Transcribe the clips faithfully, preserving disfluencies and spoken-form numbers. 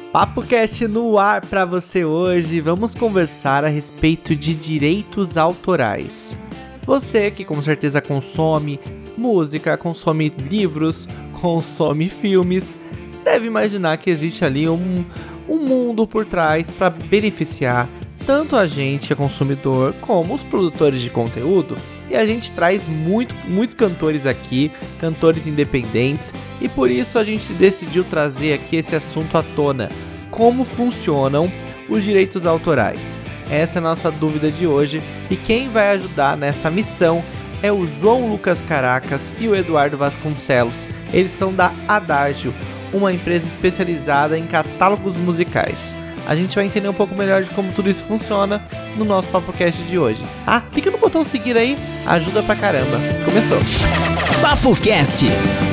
PapoCast no ar para você hoje. Vamos conversar a respeito de direitos autorais. Você que com certeza consome música, consome livros, consome filmes, deve imaginar que existe ali um, um mundo por trás para beneficiar tanto a gente, a consumidor, como os produtores de conteúdo. E a gente traz muito, muitos cantores aqui, cantores independentes, e por isso a gente decidiu trazer aqui esse assunto à tona. Como funcionam os direitos autorais? Essa é a nossa dúvida de hoje, e quem vai ajudar nessa missão é o João Lucas Caracas e o Eduardo Vasconcelos. Eles são da Adágio, uma empresa especializada em catálogos musicais. A gente vai entender um pouco melhor de como tudo isso funciona no nosso PapoCast de hoje. Ah, clica no botão seguir aí, ajuda pra caramba. Começou! PapoCast.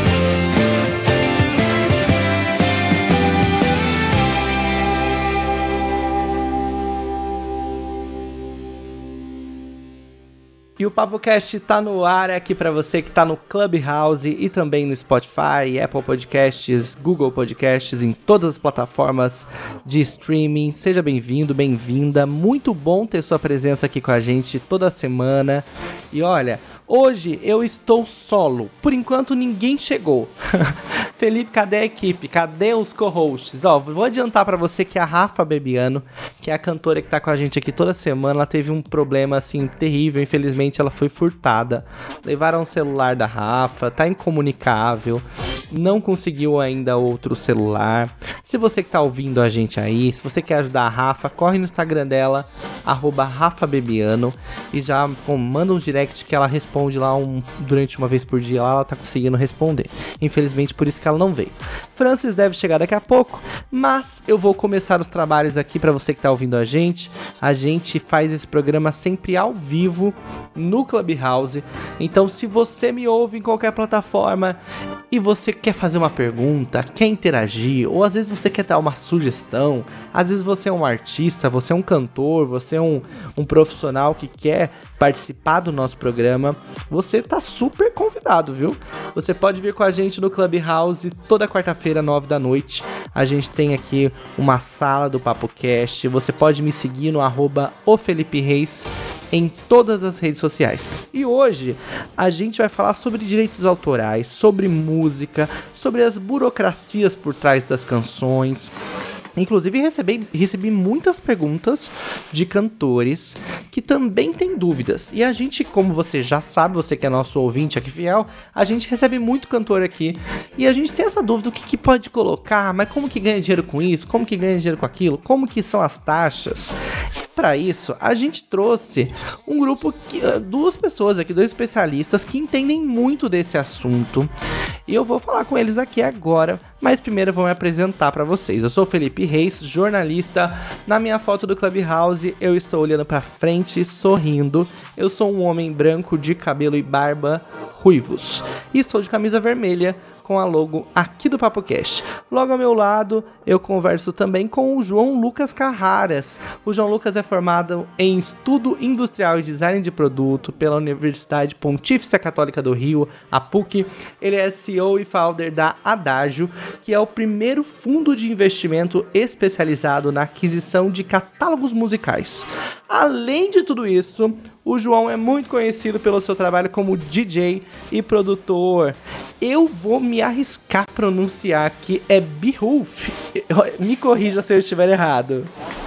E o PapoCast tá no ar aqui para você que tá no Clubhouse e também no Spotify, Apple Podcasts, Google Podcasts, em todas as plataformas de streaming. Seja bem-vindo, bem-vinda. Muito bom ter sua presença aqui com a gente toda semana. E olha, hoje eu estou solo. Por enquanto ninguém chegou. Felipe, cadê a equipe? Cadê os co-hosts? Ó, vou adiantar pra você que a Rafa Bebiano, que é a cantora que tá com a gente aqui toda semana, ela teve um problema, assim, terrível. Infelizmente, ela foi furtada. Levaram o celular da Rafa, tá incomunicável. Não conseguiu ainda outro celular. Se você que tá ouvindo a gente aí, se você quer ajudar a Rafa, corre no Instagram dela, arroba Rafa Bebiano, e já com, manda um direct que ela responde lá um, durante uma vez por dia. Lá ela tá conseguindo responder. Infelizmente, por isso que ela não veio. Francis deve chegar daqui a pouco, mas eu vou começar os trabalhos aqui para você que tá ouvindo a gente. A gente faz esse programa sempre ao vivo no Clubhouse. Então, se você me ouve em qualquer plataforma e você quer fazer uma pergunta, quer interagir, ou às vezes você quer dar uma sugestão, às vezes você é um artista, você é um cantor, você é um, um profissional que quer participar do nosso programa, você tá super convidado, viu? Você pode vir com a gente no Clubhouse toda quarta-feira, nove da noite. A gente tem aqui uma sala do PapoCast. Você pode me seguir no arroba o Felipe Reis em todas as redes sociais. E hoje a gente vai falar sobre direitos autorais, sobre música, sobre as burocracias por trás das canções. Inclusive recebi, recebi muitas perguntas de cantores que também têm dúvidas. E a gente, como você já sabe, você que é nosso ouvinte aqui fiel, a gente recebe muito cantor aqui. E a gente tem essa dúvida, o que, que pode colocar, mas como que ganha dinheiro com isso, como que ganha dinheiro com aquilo, como que são as taxas. Para isso, a gente trouxe um grupo, que, duas pessoas aqui, dois especialistas que entendem muito desse assunto. E eu vou falar com eles aqui agora, mas primeiro eu vou me apresentar para vocês. Eu sou o Felipe Reis, jornalista. Na minha foto do Clubhouse, eu estou olhando para frente, sorrindo. Eu sou um homem branco de cabelo e barba ruivos. E estou de camisa vermelha, com a logo aqui do PapoCast. Logo ao meu lado, eu converso também com o João Lucas Carraras. O João Lucas é formado em Estudo Industrial e Design de Produto pela Universidade Pontifícia Católica do Rio, a P U C. Ele é C E O e founder da Adágio, que é o primeiro fundo de investimento especializado na aquisição de catálogos musicais. Além de tudo isso, o João é muito conhecido pelo seu trabalho como D J e produtor. Eu vou me arriscar a pronunciar que é Beowulf. Me corrija se eu estiver errado.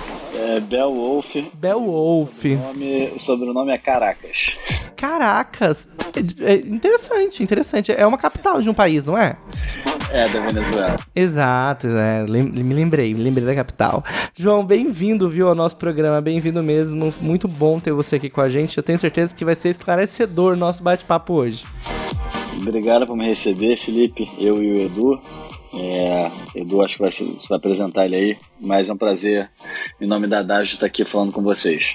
É Beowulf. Beowulf. O sobrenome, o sobrenome é Caracas. Caracas. É interessante, interessante. É uma capital de um país, não é? É, da Venezuela. Exato, é, me lembrei, me lembrei da capital. João, bem-vindo, viu, ao nosso programa, bem-vindo mesmo. Muito bom ter você aqui com a gente. Eu tenho certeza que vai ser esclarecedor o nosso bate-papo hoje. Obrigado por me receber, Felipe, eu e o Edu. É, Edu, acho que vai, você vai apresentar ele aí, mas é um prazer, em nome da Adágio, estar aqui falando com vocês.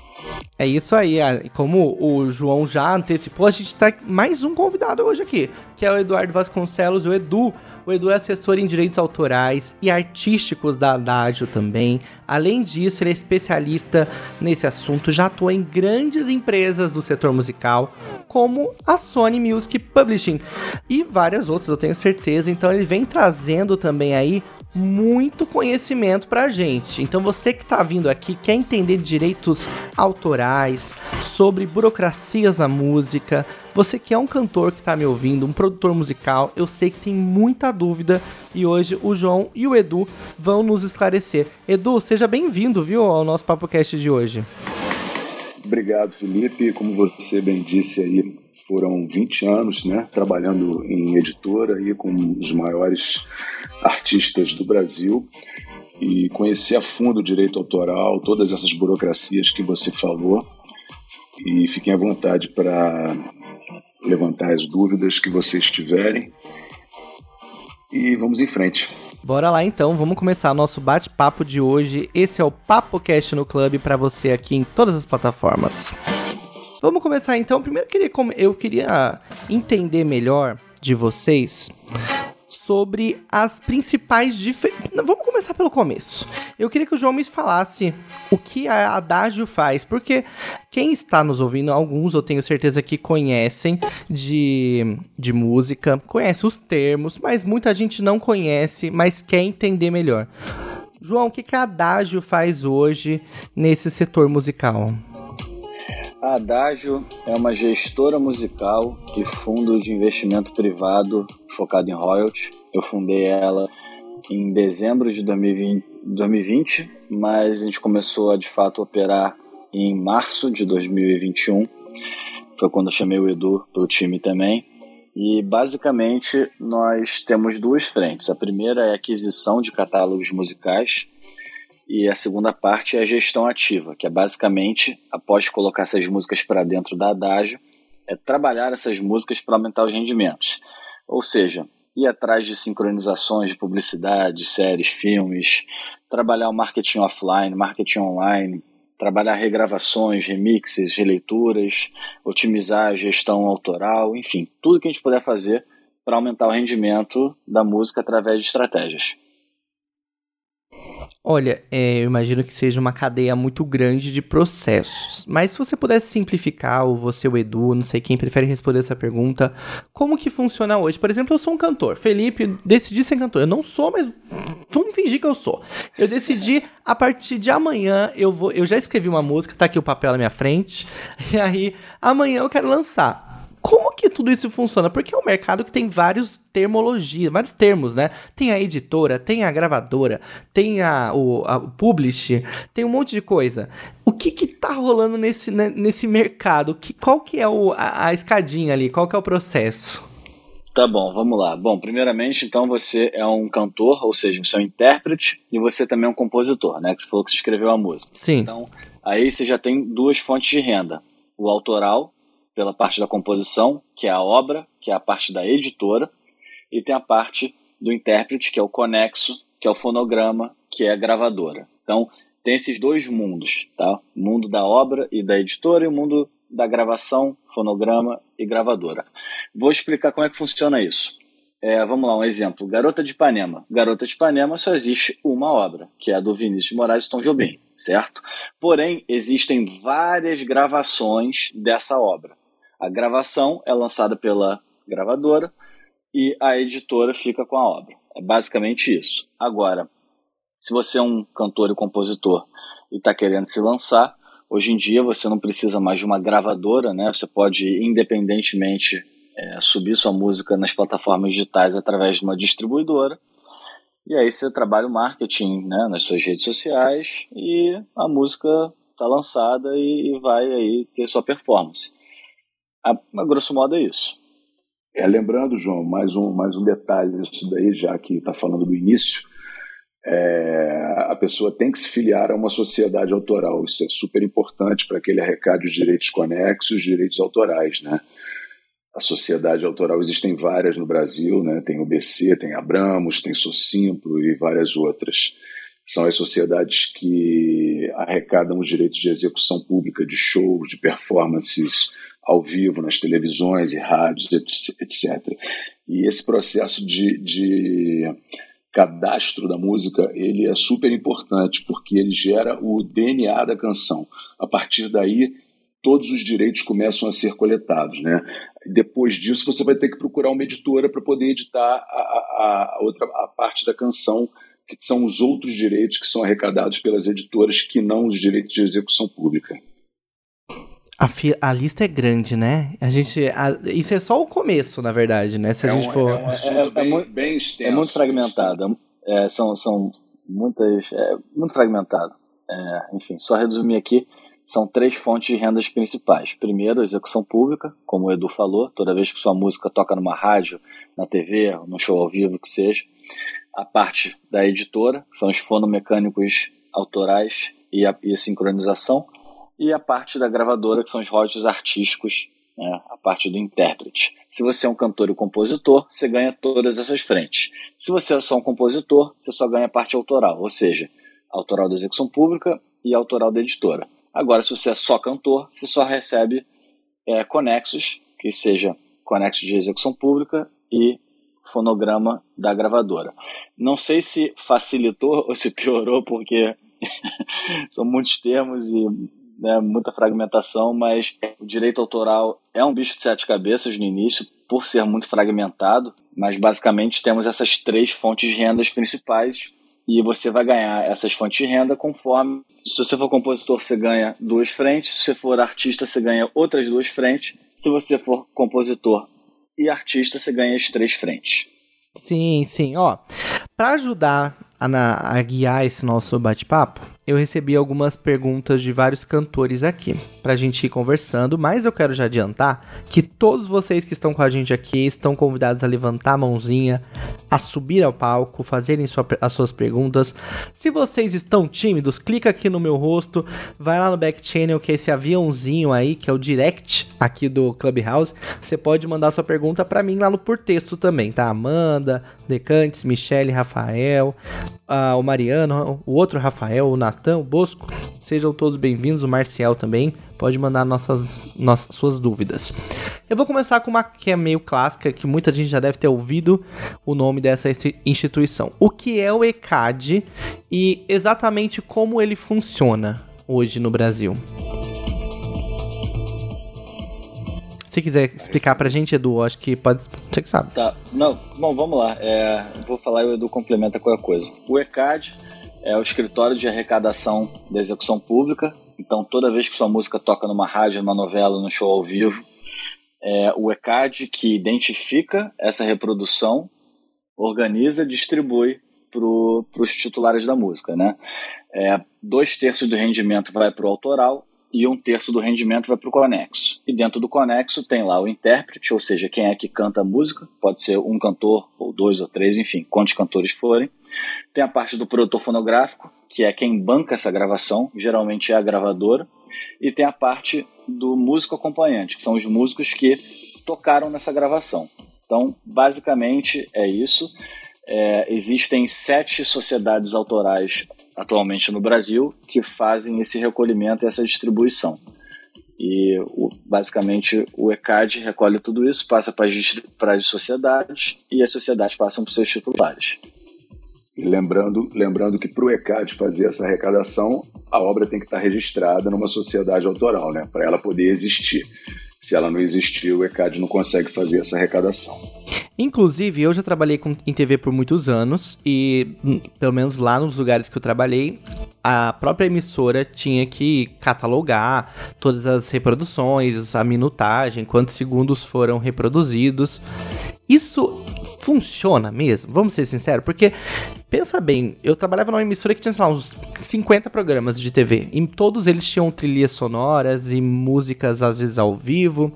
É isso aí, como o João já antecipou, a gente tá mais um convidado hoje aqui, que é o Eduardo Vasconcelos, o Edu. O Edu é assessor em direitos autorais e artísticos da Adágio também. Além disso, ele é especialista nesse assunto, já atua em grandes empresas do setor musical, como a Sony Music Publishing e várias outras, eu tenho certeza. Então ele vem trazendo também aí muito conhecimento pra gente. Então você que tá vindo aqui, quer entender direitos autorais, sobre burocracias na música, você que é um cantor que tá me ouvindo, um produtor musical, eu sei que tem muita dúvida e hoje o João e o Edu vão nos esclarecer. Edu, seja bem-vindo, viu, ao nosso PapoCast de hoje. Obrigado, Felipe. Como você bem disse aí, foram vinte anos, né, trabalhando em editora aí com os maiores artistas do Brasil e conheci a fundo o direito autoral, todas essas burocracias que você falou, e fiquem à vontade para levantar as dúvidas que vocês tiverem e vamos em frente. Bora lá então, vamos começar nosso bate-papo de hoje. Esse é o PapoCast no Clube para você aqui em todas as plataformas. Vamos começar então. Primeiro eu queria, eu queria entender melhor de vocês sobre as principais diferenças. Vamos começar pelo começo. Eu queria que o João me falasse o que a Adágio faz, porque quem está nos ouvindo, alguns eu tenho certeza que conhecem de, de música, conhece os termos, mas muita gente não conhece, mas quer entender melhor. João, o que, que a Adágio faz hoje nesse setor musical? A Adágio é uma gestora musical e fundo de investimento privado focado em royalties. Eu fundei ela em dezembro de dois mil e vinte, mas a gente começou a de fato operar em março de dois mil e vinte e um. Foi quando eu chamei o Edu para o time também. E basicamente nós temos duas frentes. A primeira é a aquisição de catálogos musicais. E a segunda parte é a gestão ativa, que é basicamente, após colocar essas músicas para dentro da Adágio, é trabalhar essas músicas para aumentar os rendimentos. Ou seja, ir atrás de sincronizações de publicidade, séries, filmes, trabalhar o marketing offline, marketing online, trabalhar regravações, remixes, releituras, otimizar a gestão autoral, enfim, tudo que a gente puder fazer para aumentar o rendimento da música através de estratégias. Olha, é, eu imagino que seja uma cadeia muito grande de processos, mas se você pudesse simplificar, ou você, o Edu, não sei quem prefere responder essa pergunta, como que funciona hoje? Por exemplo, eu sou um cantor, Felipe, decidi ser cantor, eu não sou, mas vamos fingir que eu sou. Eu decidi, a partir de amanhã, eu vou, eu já escrevi uma música, tá aqui o papel na minha frente, e aí, amanhã eu quero lançar. Como que tudo isso funciona? Porque é um mercado que tem vários termologias, vários termos, né? Tem a editora, tem a gravadora, tem a, o, a, o publish, tem um monte de coisa. O que que tá rolando nesse, né, nesse mercado? Que, qual que é o, a, a escadinha ali? Qual que é o processo? Tá bom, vamos lá. Bom, primeiramente, então, você é um cantor, ou seja, você é um intérprete, e você também é um compositor, né? Que você falou que você escreveu a música. Sim. Então, aí você já tem duas fontes de renda. O autoral, pela parte da composição, que é a obra, que é a parte da editora, e tem a parte do intérprete, que é o conexo, que é o fonograma, que é a gravadora. Então, tem esses dois mundos, tá? O mundo da obra e da editora e o mundo da gravação, fonograma e gravadora. Vou explicar como é que funciona isso. É, vamos lá, um exemplo. Garota de Ipanema. Garota de Ipanema só existe uma obra, que é a do Vinícius de Moraes e Tom Jobim, certo? Porém, existem várias gravações dessa obra. A gravação é lançada pela gravadora e a editora fica com a obra. É basicamente isso. Agora, se você é um cantor e compositor e está querendo se lançar, hoje em dia você não precisa mais de uma gravadora, né? Você pode, independentemente, é, subir sua música nas plataformas digitais através de uma distribuidora. E aí você trabalha o marketing, né, nas suas redes sociais e a música está lançada e vai aí ter sua performance. A, a grosso modo é isso. É, lembrando, João, mais um, mais um detalhe nisso daí, já que está falando do início, é, a pessoa tem que se filiar a uma sociedade autoral. Isso é super importante para que ele arrecade os direitos conexos, os direitos autorais, né? A sociedade autoral, existem várias no Brasil, né? Tem o B C, tem a Abramos, tem Socimpro e várias outras. São as sociedades que arrecadam os direitos de execução pública de shows, de performances ao vivo nas televisões e rádios, etcétera. E esse processo de, de cadastro da música, ele é super importante, porque ele gera o D N A da canção. A partir daí, todos os direitos começam a ser coletados, né? Depois disso, você vai ter que procurar uma editora para poder editar a, a, a, outra, a parte da canção que são os outros direitos que são arrecadados pelas editoras que não os direitos de execução pública. A, fi- a lista é grande, né? A gente, a- isso é só o começo, na verdade, né? Se a É gente um, for... é um assunto É- é bem, muito- bem extenso. É muito fragmentado, é, são, são muitas, é, muito fragmentado. É, enfim, só resumir aqui, são três fontes de rendas principais. Primeiro, a execução pública, como o Edu falou, toda vez que sua música toca numa rádio, na T V, no show ao vivo, que seja. A parte da editora, que são os fonomecânicos autorais e a, e a sincronização. E a parte da gravadora, que são os royalties artísticos, né, a parte do intérprete. Se você é um cantor e compositor, você ganha todas essas frentes. Se você é só um compositor, você só ganha a parte autoral, ou seja, autoral da execução pública e autoral da editora. Agora, se você é só cantor, você só recebe é, conexos, que seja conexos de execução pública e fonograma da gravadora. Não sei se facilitou ou se piorou, porque são muitos termos e né, muita fragmentação, mas o direito autoral é um bicho de sete cabeças no início, por ser muito fragmentado, mas basicamente temos essas três fontes de rendas principais e você vai ganhar essas fontes de renda conforme, se você for compositor, você ganha duas frentes, se você for artista, você ganha outras duas frentes, se você for compositor e artista, você ganha as três frentes. Sim, sim. Ó, para ajudar a, na, a guiar esse nosso bate-papo, eu recebi algumas perguntas de vários cantores aqui, pra gente ir conversando, mas eu quero já adiantar que todos vocês que estão com a gente aqui estão convidados a levantar a mãozinha, a subir ao palco, fazerem sua, as suas perguntas. Se vocês estão tímidos, clica aqui no meu rosto, vai lá no back channel, que é esse aviãozinho aí, que é o direct aqui do Clubhouse. Você pode mandar sua pergunta pra mim lá no por texto também, tá? Amanda, Decantes, Michele, Rafael, uh, o Mariano, o outro Rafael, o Natan, o Bosco, sejam todos bem-vindos, o Marcial também, pode mandar nossas, nossas suas dúvidas. Eu vou começar com uma que é meio clássica, que muita gente já deve ter ouvido o nome dessa instituição. O que é o ECAD e exatamente como ele funciona hoje no Brasil? Se quiser explicar pra gente, Edu, acho que pode... Você que sabe. Tá, não, bom, vamos lá. É, vou falar e o Edu complementa qualquer coisa. O ECAD é o Escritório de Arrecadação da Execução Pública. Então, toda vez que sua música toca numa rádio, numa novela, num show ao vivo, é o ECAD que identifica essa reprodução, organiza, distribui para os titulares da música, né? É, dois terços do rendimento vai para o autoral e um terço do rendimento vai para o conexo. E dentro do conexo tem lá o intérprete, ou seja, quem é que canta a música, pode ser um cantor, ou dois, ou três, enfim, quantos cantores forem. Tem a parte do produtor fonográfico, que é quem banca essa gravação, geralmente é a gravadora. E tem a parte do músico acompanhante, que são os músicos que tocaram nessa gravação. Então, basicamente, é isso. É, existem sete sociedades autorais atualmente no Brasil que fazem esse recolhimento e essa distribuição. E o, basicamente o ECAD recolhe tudo isso, passa para as sociedades e as sociedades passam para os seus titulares. E lembrando, lembrando que para o ECAD fazer essa arrecadação, a obra tem que estar registrada numa sociedade autoral, né, para ela poder existir. Se ela não existir, o ECAD não consegue fazer essa arrecadação. Inclusive, eu já trabalhei com, em T V por muitos anos e, pelo menos lá nos lugares que eu trabalhei, a própria emissora tinha que catalogar todas as reproduções, a minutagem, quantos segundos foram reproduzidos. Isso funciona mesmo? Vamos ser sinceros, porque, pensa bem, eu trabalhava numa emissora que tinha, sei lá, uns cinquenta programas de T V, e todos eles tinham trilhas sonoras e músicas, às vezes, ao vivo,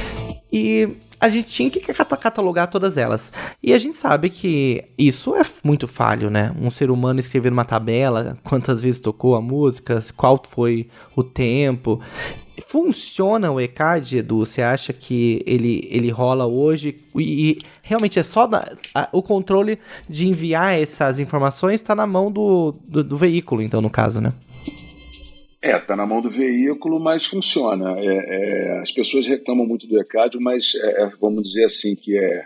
e a gente tinha que catalogar todas elas. E a gente sabe que isso é muito falho, né? Um ser humano escrever uma tabela, quantas vezes tocou a música, qual foi o tempo. Funciona o ECAD, Edu? Você acha que ele, ele rola hoje? E, e realmente é só da, a, o controle de enviar essas informações está na mão do, do, do veículo, então, no caso, né? É, está na mão do veículo, mas funciona. É, é, as pessoas reclamam muito do ECAD, mas é, vamos dizer assim que é,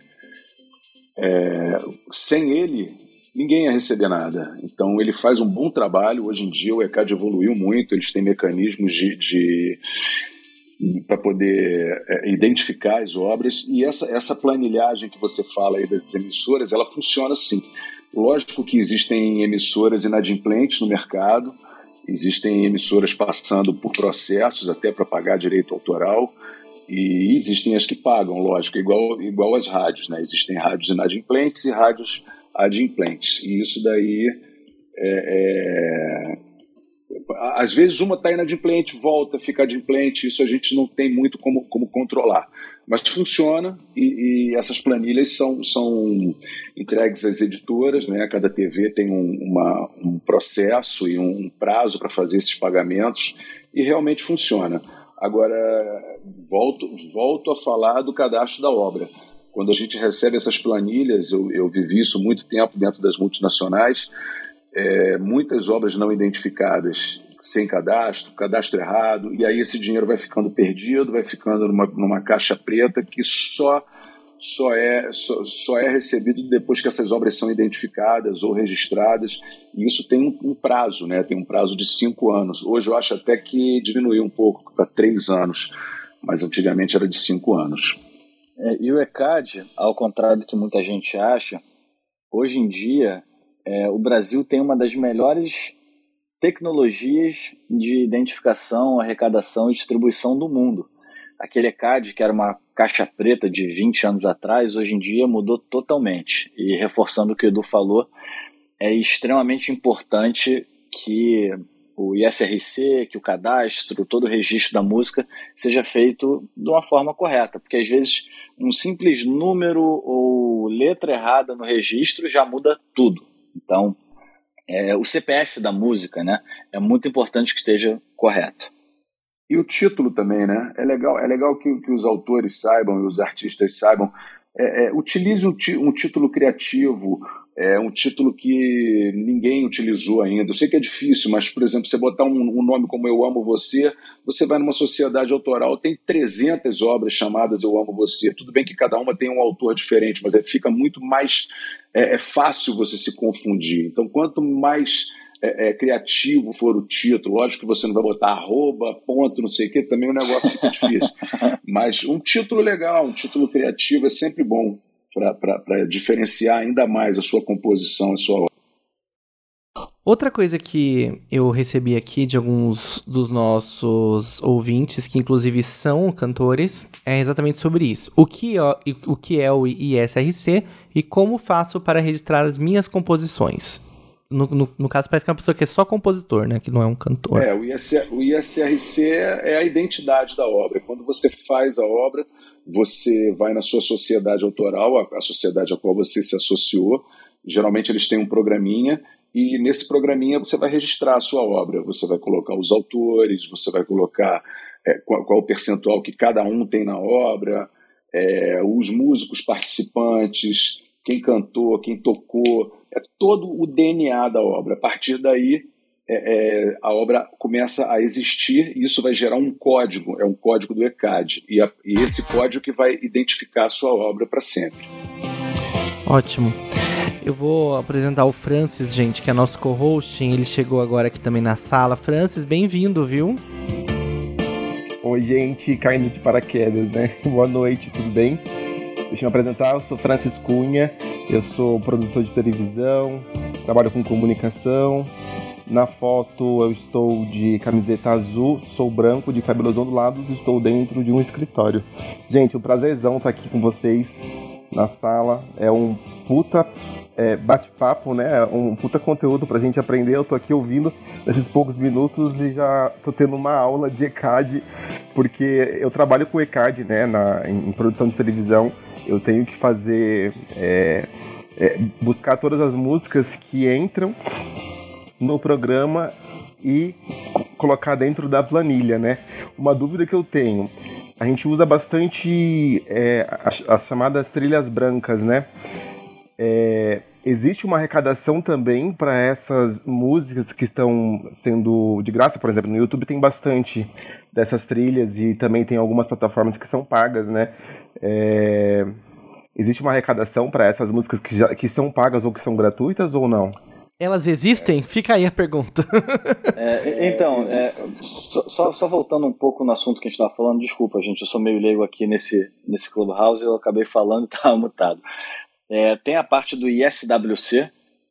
é sem ele ninguém ia receber nada. Então ele faz um bom trabalho. Hoje em dia o ECAD evoluiu muito, eles têm mecanismos de, de para poder é, identificar as obras, e essa, essa planilhagem que você fala aí das emissoras, ela funciona assim. Lógico que existem emissoras inadimplentes no mercado, existem emissoras passando por processos até para pagar direito autoral, e existem as que pagam, lógico, igual, igual as rádios, né? Existem rádios inadimplentes e rádios adimplentes, e isso daí é, é... às vezes uma está inadimplente, volta, fica adimplente, isso a gente não tem muito como, como controlar, mas funciona, e, e essas planilhas são, são entregues às editoras, né? Cada T V tem um, uma, um processo e um, um prazo para fazer esses pagamentos, e realmente funciona. Agora, volto, volto a falar do cadastro da obra. Quando a gente recebe essas planilhas, eu, eu vivi isso muito tempo dentro das multinacionais, é, muitas obras não identificadas, sem cadastro, cadastro errado, e aí esse dinheiro vai ficando perdido, vai ficando numa, numa caixa preta que só, só, é, só, só é recebido depois que essas obras são identificadas ou registradas, e isso tem um, um prazo, né? Tem um prazo de cinco anos. Hoje eu acho até que diminuiu um pouco para três anos, mas antigamente era de cinco anos. É, e o ECAD, ao contrário do que muita gente acha, hoje em dia é, o Brasil tem uma das melhores tecnologias de identificação, arrecadação e distribuição do mundo. Aquele ECAD, que era uma caixa preta de vinte anos atrás, hoje em dia mudou totalmente. E reforçando o que o Edu falou, é extremamente importante que o I S R C, que o cadastro, todo o registro da música seja feito de uma forma correta, porque às vezes um simples número ou letra errada no registro já muda tudo. Então, é, o C P F da música, né, é muito importante que esteja correto. E o título também, né? É legal, é legal que, que os autores saibam e os artistas saibam. É, é, utilize um, ti, um título criativo, é, um título que ninguém utilizou ainda. Eu sei que é difícil, mas, por exemplo, você botar um, um nome como Eu Amo Você, você vai numa sociedade autoral, tem trezentas obras chamadas Eu Amo Você. Tudo bem que cada uma tem um autor diferente, mas é, fica muito mais... É, é fácil você se confundir. Então, quanto mais... É, é, criativo for o título, lógico que você não vai botar arroba, ponto, não sei o que, também o negócio fica difícil, mas um título legal, um título criativo é sempre bom para diferenciar ainda mais a sua composição, a sua obra. Outra coisa que eu recebi aqui de alguns dos nossos ouvintes, que inclusive são cantores, é exatamente sobre isso. O que é, o que é o I S R C e como faço para registrar as minhas composições? No, no, no caso, parece que é uma pessoa que é só compositor, né? Que não é um cantor. É, o, I S, o I S R C é a identidade da obra. Quando você faz a obra, você vai na sua sociedade autoral, a, a sociedade a qual você se associou. Geralmente eles têm um programinha, e nesse programinha você vai registrar a sua obra. Você vai colocar os autores, você vai colocar é, qual, qual o percentual que cada um tem na obra, é, os músicos participantes, quem cantou, quem tocou, é todo o D N A da obra. A partir daí, é, é, a obra começa a existir, e isso vai gerar um código, é um código do ECAD, e, a, e esse código que vai identificar a sua obra para sempre. Ótimo. Eu vou apresentar o Francis, gente, que é nosso co-host, ele chegou agora aqui também na sala. Francis, bem-vindo, viu? Oi, gente, caindo de paraquedas, né? Boa noite, tudo bem? Deixa eu me apresentar, eu sou Francis Cunha, eu sou produtor de televisão, trabalho com comunicação. Na foto eu estou de camiseta azul, sou branco, de cabelos ondulados, estou dentro de um escritório. Gente, um prazerzão estar aqui com vocês na sala, é um puta é, bate-papo, né? Um puta conteúdo pra gente aprender. Eu tô aqui ouvindo nesses poucos minutos e já tô tendo uma aula de ECAD, porque eu trabalho com ECAD, né? Na, em, em produção de televisão. Eu tenho que fazer, é, é, buscar todas as músicas que entram no programa e colocar dentro da planilha, né? Uma dúvida que eu tenho, a gente usa bastante é, as, as chamadas trilhas brancas, né? É, existe uma arrecadação também para essas músicas que estão sendo de graça? Por exemplo, no YouTube tem bastante dessas trilhas e também tem algumas plataformas que são pagas, né? É, existe uma arrecadação para essas músicas que, já, que são pagas ou que são gratuitas ou não? Elas existem? Fica aí a pergunta. É, então, é, só, só voltando um pouco no assunto que a gente estava falando, desculpa, gente, eu sou meio leigo aqui nesse, nesse Clubhouse, eu acabei falando e estava mutado. É, tem a parte do I S W C,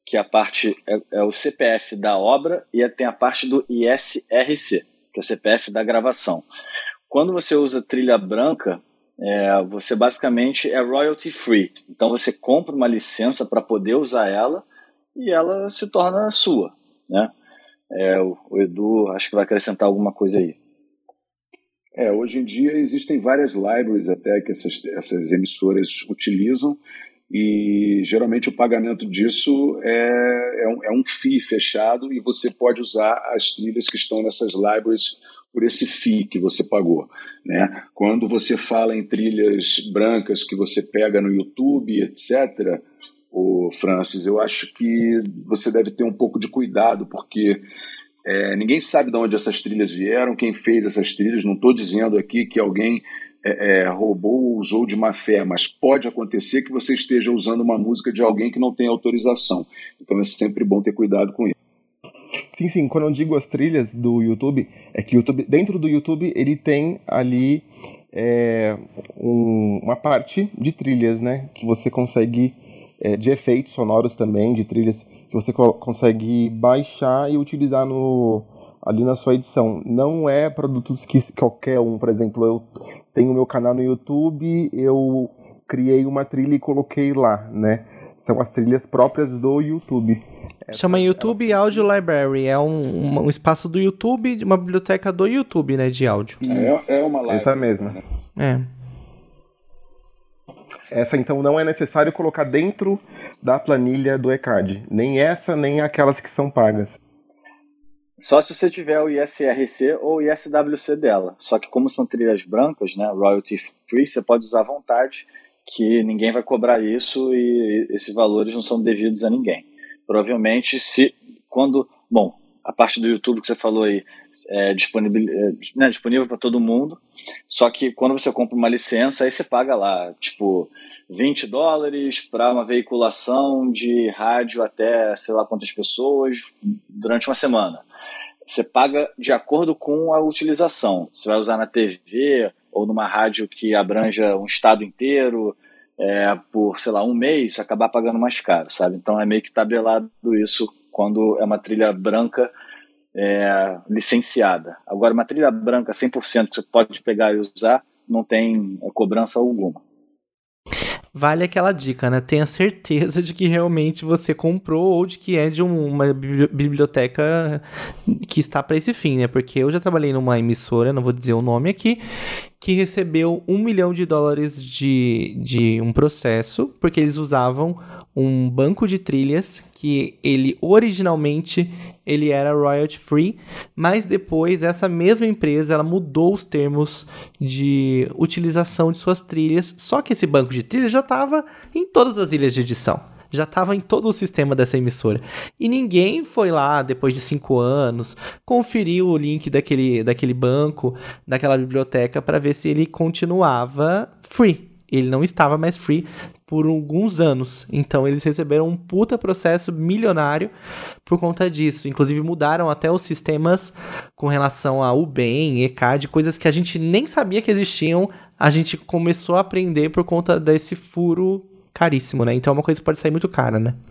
que a parte é, é o C P F da obra, e tem a parte do I S R C, que é o C P F da gravação. Quando você usa trilha branca, é, você basicamente é royalty free. Então você compra uma licença para poder usar ela e ela se torna sua, né? É, o, o Edu acho que vai acrescentar alguma coisa aí. É, hoje em dia existem várias libraries até que essas, essas emissoras utilizam, e geralmente o pagamento disso é, é, um, é um fee fechado, e você pode usar as trilhas que estão nessas libraries por esse fee que você pagou, né? Quando você fala em trilhas brancas que você pega no YouTube, etcétera, o Francis, eu acho que você deve ter um pouco de cuidado, porque é, ninguém sabe de onde essas trilhas vieram, quem fez essas trilhas. Não estou dizendo aqui que alguém é, é, roubou ou usou de má fé, mas pode acontecer que você esteja usando uma música de alguém que não tem autorização. Então é sempre bom ter cuidado com isso. Sim, sim, quando eu digo as trilhas do YouTube, é que YouTube, dentro do YouTube ele tem ali é, um, uma parte de trilhas, né, que você consegue, é, de efeitos sonoros também, de trilhas que você co- consegue baixar e utilizar no, ali na sua edição. Não é produtos que qualquer um, por exemplo, eu tenho meu canal no YouTube, eu criei uma trilha e coloquei lá, né? São as trilhas próprias do YouTube. Chama Essa, YouTube elas... Audio Library. É um, um, um espaço do YouTube, uma biblioteca do YouTube, né, de áudio. É, é uma live. Essa mesma. É. Essa, então, não é necessário colocar dentro da planilha do E C A D. Nem essa, nem aquelas que são pagas. Só se você tiver o I S R C ou o I S W C dela. Só que como são trilhas brancas, né, royalty free, você pode usar à vontade, que ninguém vai cobrar isso e esses valores não são devidos a ninguém. Provavelmente, se quando... Bom, a parte do YouTube que você falou aí é disponível, é, né, disponível para todo mundo, só que quando você compra uma licença, aí você paga lá, tipo, vinte dólares para uma veiculação de rádio até sei lá quantas pessoas durante uma semana. Você paga de acordo com a utilização. Você vai usar na T V ou numa rádio que abranja um estado inteiro, é, por, sei lá, um mês, você acabar pagando mais caro, sabe? Então é meio que tabelado isso quando é uma trilha branca é, licenciada. Agora, uma trilha branca cem por cento que você pode pegar e usar, não tem cobrança alguma. Vale aquela dica, né? Tenha certeza de que realmente você comprou ou de que é de um, uma biblioteca que está para esse fim, né? Porque eu já trabalhei numa emissora, não vou dizer o nome aqui, que recebeu um milhão de dólares de, de um processo, porque eles usavam um banco de trilhas que ele originalmente ele era royalty free, mas depois essa mesma empresa ela mudou os termos de utilização de suas trilhas, só que esse banco de trilhas já estava em todas as ilhas de edição. Já estava em todo o sistema dessa emissora. E ninguém foi lá, depois de cinco anos, conferir o link daquele, daquele banco, daquela biblioteca, para ver se ele continuava free. Ele não estava mais free por alguns anos. Então, eles receberam um puta processo milionário por conta disso. Inclusive, mudaram até os sistemas com relação a U B E M, E C A D, coisas que a gente nem sabia que existiam. A gente começou a aprender por conta desse furo caríssimo, né? Então é uma coisa que pode sair muito cara, né?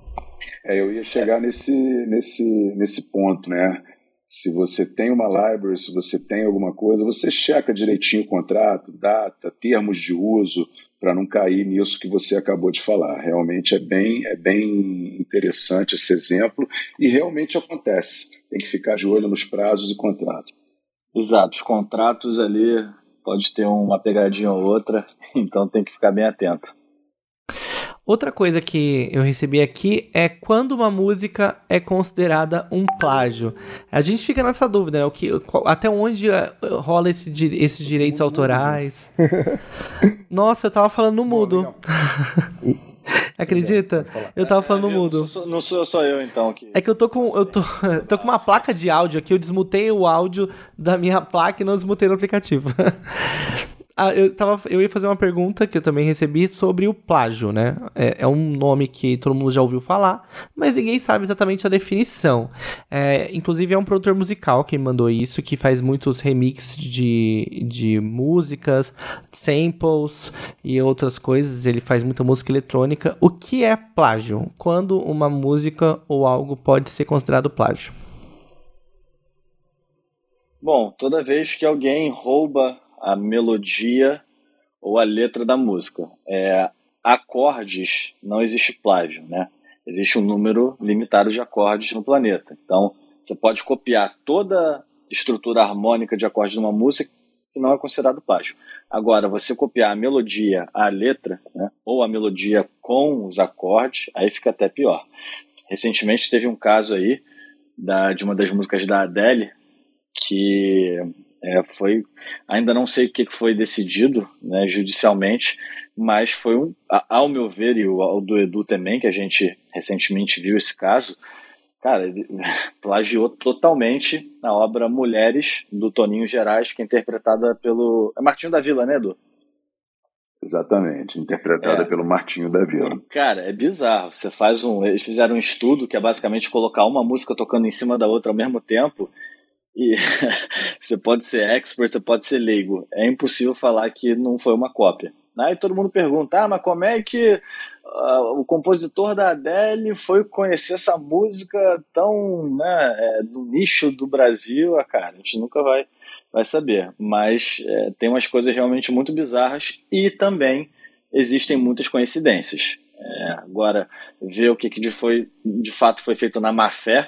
É, eu ia chegar nesse, nesse, nesse ponto, né? Se você tem uma library, se você tem alguma coisa, você checa direitinho o contrato, data, termos de uso, para não cair nisso que você acabou de falar. Realmente é bem, é bem interessante esse exemplo e realmente acontece. Tem que ficar de olho nos prazos e contratos. Exato, os contratos ali pode ter uma pegadinha ou outra, então tem que ficar bem atento. Outra coisa que eu recebi aqui é quando uma música é considerada um plágio. A gente fica nessa dúvida, né? O que, até onde rola esse, esses direitos autorais? Nossa, eu tava falando no mudo. Acredita? Eu tava falando no mudo. Não sou, não sou só eu, então. Que... É que eu tô com eu tô, tô com uma placa de áudio aqui, eu desmutei o áudio da minha placa e não desmutei no aplicativo. Ah, eu, tava, eu ia fazer uma pergunta que eu também recebi sobre o plágio, né? É, é um nome que todo mundo já ouviu falar, mas ninguém sabe exatamente a definição. É, inclusive é um produtor musical que mandou isso, que faz muitos remixes de, de músicas, samples e outras coisas. Ele faz muita música eletrônica. O que é plágio? Quando uma música ou algo pode ser considerado plágio? Bom, toda vez que alguém rouba a melodia ou a letra da música. É, acordes, não existe plágio, né? Existe um número limitado de acordes no planeta. Então, você pode copiar toda a estrutura harmônica de acordes de uma música que não é considerado plágio. Agora, você copiar a melodia, a letra, né? Ou a melodia com os acordes, aí fica até pior. Recentemente teve um caso aí da, de uma das músicas da Adele que... É, foi, ainda não sei o que foi decidido, né, judicialmente, mas foi um, ao meu ver, e ao do Edu também, que a gente recentemente viu esse caso, cara, ele plagiou totalmente a obra Mulheres, do Toninho Gerais, que é interpretada pelo... É Martinho da Vila, né, Edu? Exatamente, interpretada é. pelo Martinho da Vila. Cara, é bizarro. Você faz um... Eles fizeram um estudo que é basicamente colocar uma música tocando em cima da outra ao mesmo tempo. E você pode ser expert, você pode ser leigo. É impossível falar que não foi uma cópia. Aí todo mundo pergunta, ah, mas como é que uh, o compositor da Adele foi conhecer essa música tão, né, é, do nicho do Brasil? Ah, cara, a gente nunca vai, vai saber. Mas é, tem umas coisas realmente muito bizarras e também existem muitas coincidências. É, agora, ver o que, que de, foi, de fato foi feito na má fé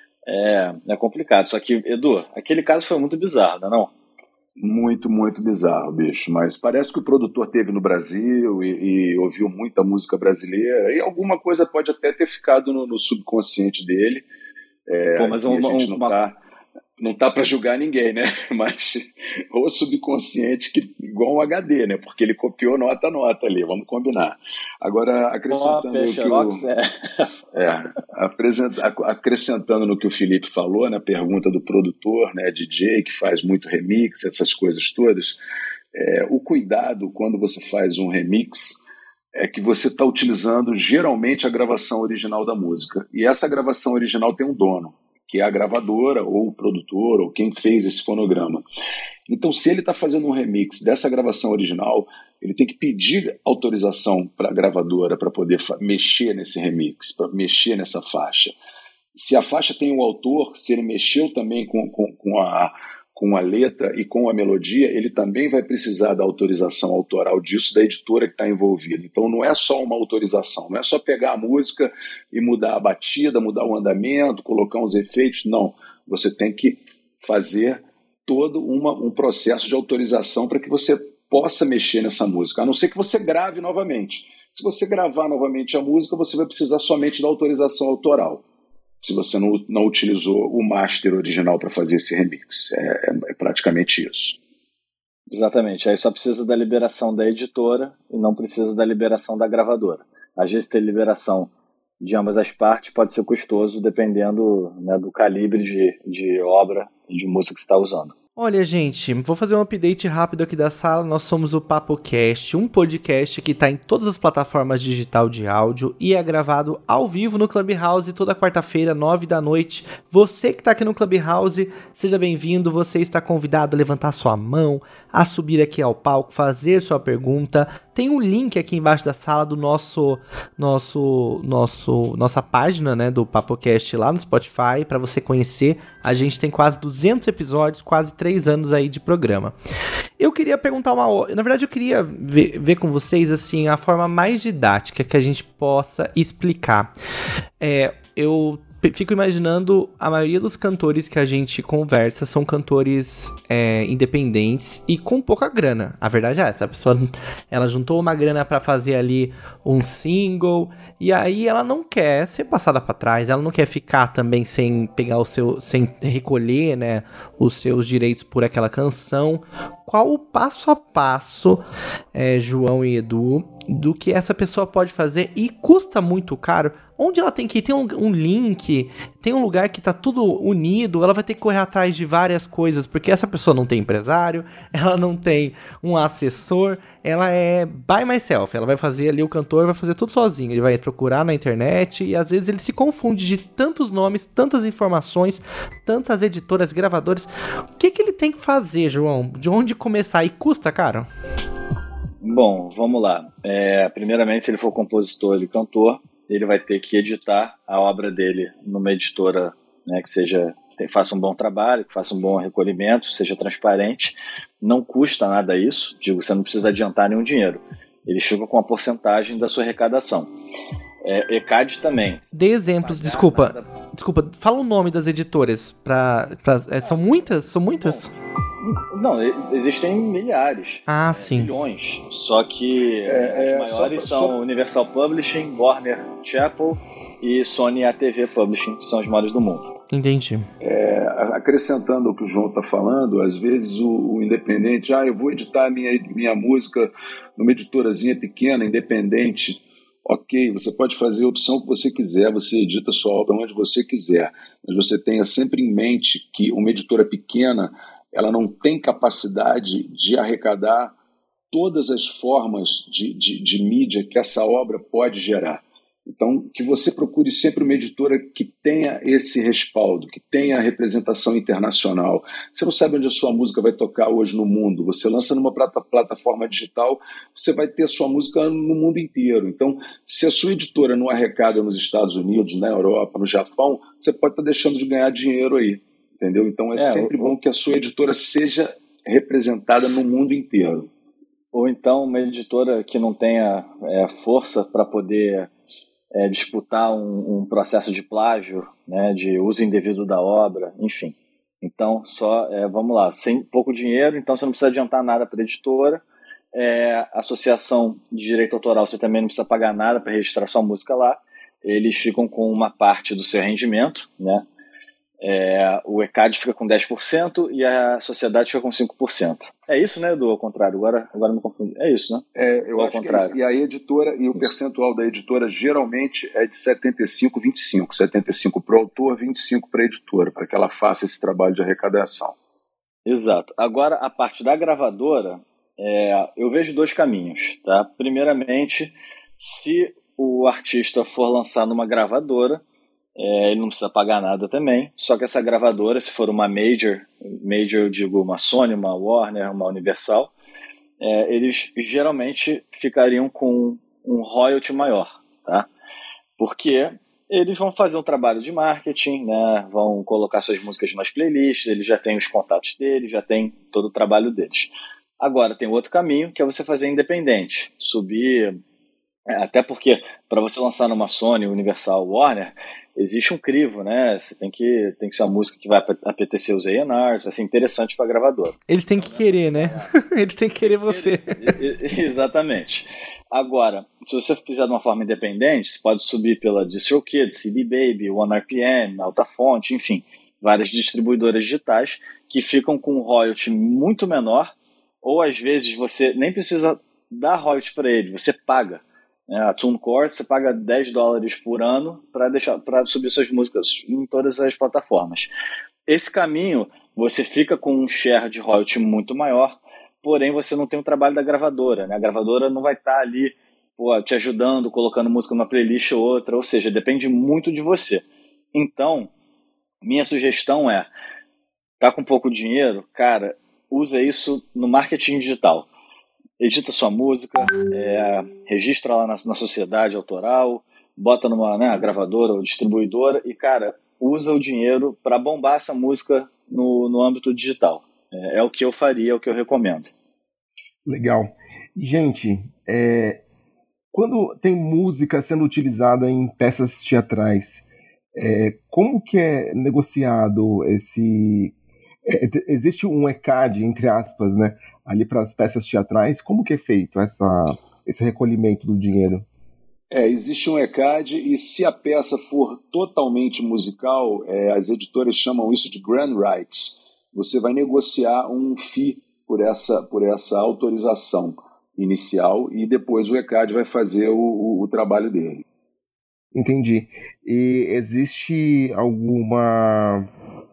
É, é complicado, só que, Edu, aquele caso foi muito bizarro, não é não? Muito, muito bizarro, bicho, mas parece que o produtor teve no Brasil e, e ouviu muita música brasileira e alguma coisa pode até ter ficado no, no subconsciente dele. É, Pô, mas uma, a gente não uma... tá, não tá para julgar ninguém, né? Mas o subconsciente que igual um H D, né? Porque ele copiou nota a nota ali, vamos combinar. Agora, acrescentando oh, que o, é. É, acrescentando no que o Felipe falou, na pergunta do produtor, né, D J, que faz muito remix, essas coisas todas, é, o cuidado quando você faz um remix é que você está utilizando geralmente a gravação original da música. E essa gravação original tem um dono, que é a gravadora, ou o produtor, ou quem fez esse fonograma. Então, se ele está fazendo um remix dessa gravação original, ele tem que pedir autorização para a gravadora para poder mexer nesse remix, para mexer nessa faixa. Se a faixa tem um autor, se ele mexeu também com, com, com, a, com a letra e com a melodia, ele também vai precisar da autorização autoral disso, da editora que está envolvida. Então não é só uma autorização, não é só pegar a música e mudar a batida, mudar o andamento, colocar uns efeitos, não. Você tem que fazer todo uma, um processo de autorização para que você possa mexer nessa música, a não ser que você grave novamente. Se você gravar novamente a música, você vai precisar somente da autorização autoral, se você não, não utilizou o master original para fazer esse remix. É, é, é praticamente isso. Exatamente. Aí só precisa da liberação da editora e não precisa da liberação da gravadora. Às vezes ter liberação de ambas as partes pode ser custoso, dependendo, né, do calibre de, de obra e de música que você está usando. Olha, gente, vou fazer um update rápido aqui da sala. Nós somos o PapoCast, um podcast que está em todas as plataformas digital de áudio e é gravado ao vivo no Clubhouse toda quarta-feira, nove da noite. Você que está aqui no Clubhouse, seja bem-vindo. Você está convidado a levantar sua mão, a subir aqui ao palco, fazer sua pergunta. Tem um link aqui embaixo da sala do nosso, nosso, nosso, nossa página, né, do PapoCast lá no Spotify, para você conhecer. A gente tem quase duzentos episódios, quase três anos aí de programa. Eu queria perguntar uma... Na verdade, eu queria ver, ver com vocês, assim, a forma mais didática que a gente possa explicar. É, eu... Fico imaginando, a maioria dos cantores que a gente conversa são cantores é, independentes e com pouca grana. A verdade é essa, a pessoa ela juntou uma grana pra fazer ali um single e aí ela não quer ser passada pra trás, ela não quer ficar também sem pegar o seu, sem recolher, né, os seus direitos por aquela canção. Qual o passo a passo, é, João e Edu, do que essa pessoa pode fazer e custa muito caro. Onde ela tem que ir? Tem um, um link, tem um lugar que tá tudo unido, ela vai ter que correr atrás de várias coisas, porque essa pessoa não tem empresário, ela não tem um assessor, ela é by myself, ela vai fazer ali, o cantor vai fazer tudo sozinho, ele vai procurar na internet e às vezes ele se confunde de tantos nomes, tantas informações, tantas editoras, gravadoras. O que que ele tem que fazer, João? De onde começar? E custa, cara? Bom, vamos lá. É, primeiramente, se ele for compositor e cantor, ele vai ter que editar a obra dele numa editora, né, que seja, que faça um bom trabalho, que faça um bom recolhimento, seja transparente. Não custa nada isso, digo, você não precisa adiantar nenhum dinheiro. Eles ficam com a porcentagem da sua arrecadação. É, E C A D também. Dê exemplos, desculpa, nada... desculpa, fala o nome das editoras, pra, pra, é, são muitas? São muitas? Não, não, existem milhares. Ah, é, sim. Milhões. Só que é, as é, maiores só, são só... Universal Publishing, Warner Chappell e Sony A T V Publishing, são as maiores do mundo. Entendi. É, acrescentando o que o João está falando, às vezes o, o independente, ah, eu vou editar minha, minha música numa editorazinha pequena, independente. Ok, você pode fazer a opção que você quiser, você edita a sua obra onde você quiser, mas você tenha sempre em mente que uma editora pequena, ela não tem capacidade de arrecadar todas as formas de, de, de mídia que essa obra pode gerar. Então, que você procure sempre uma editora que tenha esse respaldo, que tenha representação internacional. Você não sabe onde a sua música vai tocar hoje no mundo. Você lança numa plata, plataforma digital, você vai ter a sua música no mundo inteiro. Então, se a sua editora não arrecada nos Estados Unidos, na Europa, no Japão, você pode estar deixando de ganhar dinheiro aí. Entendeu? Então, é, é sempre o... bom que a sua editora seja representada no mundo inteiro. Ou então, uma editora que não tenha é, força para poder... É, disputar um, um processo de plágio, né, de uso indevido da obra, enfim. Então, só, é, vamos lá, sem pouco dinheiro, então você não precisa adiantar nada para a editora. É, associação de direito autoral, você também não precisa pagar nada para registrar sua música lá. Eles ficam com uma parte do seu rendimento, né? É, o E C A D fica com dez por cento e a sociedade fica com cinco por cento. É isso, né, Edu? Ao contrário, agora, agora me confundi. É isso, né? É, eu Ou acho que é isso. E a editora, e o percentual da editora geralmente é de setenta e cinco, vinte e cinco. setenta e cinco para o autor, vinte e cinco para a editora, para que ela faça esse trabalho de arrecadação. Exato. Agora, a parte da gravadora, é, eu vejo dois caminhos, tá? Primeiramente, se o artista for lançar numa gravadora, É, ele não precisa pagar nada também, só que essa gravadora, se for uma major, major eu digo uma Sony, uma Warner, uma Universal, é, eles geralmente ficariam com um royalty maior, tá? Porque eles vão fazer um trabalho de marketing, né? Vão colocar suas músicas nas playlists, eles já têm os contatos deles, já tem todo o trabalho deles. Agora tem outro caminho, que é você fazer independente, subir, é, até porque para você lançar numa Sony, Universal, Warner, existe um crivo, né? Você tem que, tem que ser uma música que vai apetecer os A and Rs, vai ser interessante para a gravadora. Eles têm que querer, né? Eles têm que querer você. Exatamente. Agora, se você fizer de uma forma independente, você pode subir pela DistroKid, C D Baby, One R P M, Altafonte, enfim, várias distribuidoras digitais que ficam com um royalty muito menor, ou às vezes você nem precisa dar royalty para ele, você paga. A TuneCore, você paga dez dólares por ano para deixar para subir suas músicas em todas as plataformas. Esse caminho, você fica com um share de royalty muito maior, porém você não tem o trabalho da gravadora, né? A gravadora não vai estar ali, pô, te ajudando, colocando música numa playlist ou outra, ou seja, depende muito de você. Então, minha sugestão é, tá com pouco dinheiro, cara, usa isso no marketing digital. Edita sua música, é, registra lá na, na sociedade autoral, bota numa, né, gravadora ou distribuidora e, cara, usa o dinheiro para bombar essa música no, no âmbito digital. É, é o que eu faria, é o que eu recomendo. Legal. Gente, é, quando tem música sendo utilizada em peças teatrais, é, como que é negociado esse... É, existe um E C A D, entre aspas, né, ali para as peças teatrais? Como que é feito essa, esse recolhimento do dinheiro? É, existe um E C A D e se a peça for totalmente musical, é, as editoras chamam isso de grand rights. Você vai negociar um fee por essa, por essa autorização. inicial e depois o E C A D vai fazer o, o, o trabalho dele. Entendi. E existe alguma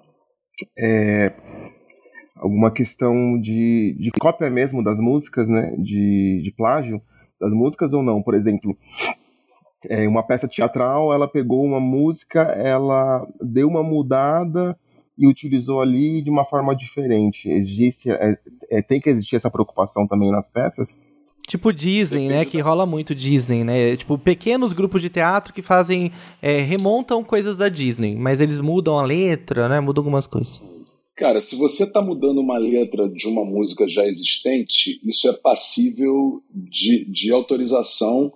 é, alguma questão de, de cópia mesmo das músicas, né? De, de plágio das músicas ou não? Por exemplo, é, uma peça teatral, ela pegou uma música, ela deu uma mudada e utilizou ali de uma forma diferente. Existe, é, é, tem que existir essa preocupação também nas peças? Tipo Disney, né? Que rola muito Disney, né? Tipo, pequenos grupos de teatro que fazem, é, remontam coisas da Disney, mas eles mudam a letra, né? Mudam algumas coisas. Cara, se você está mudando uma letra de uma música já existente, isso é passível de, de autorização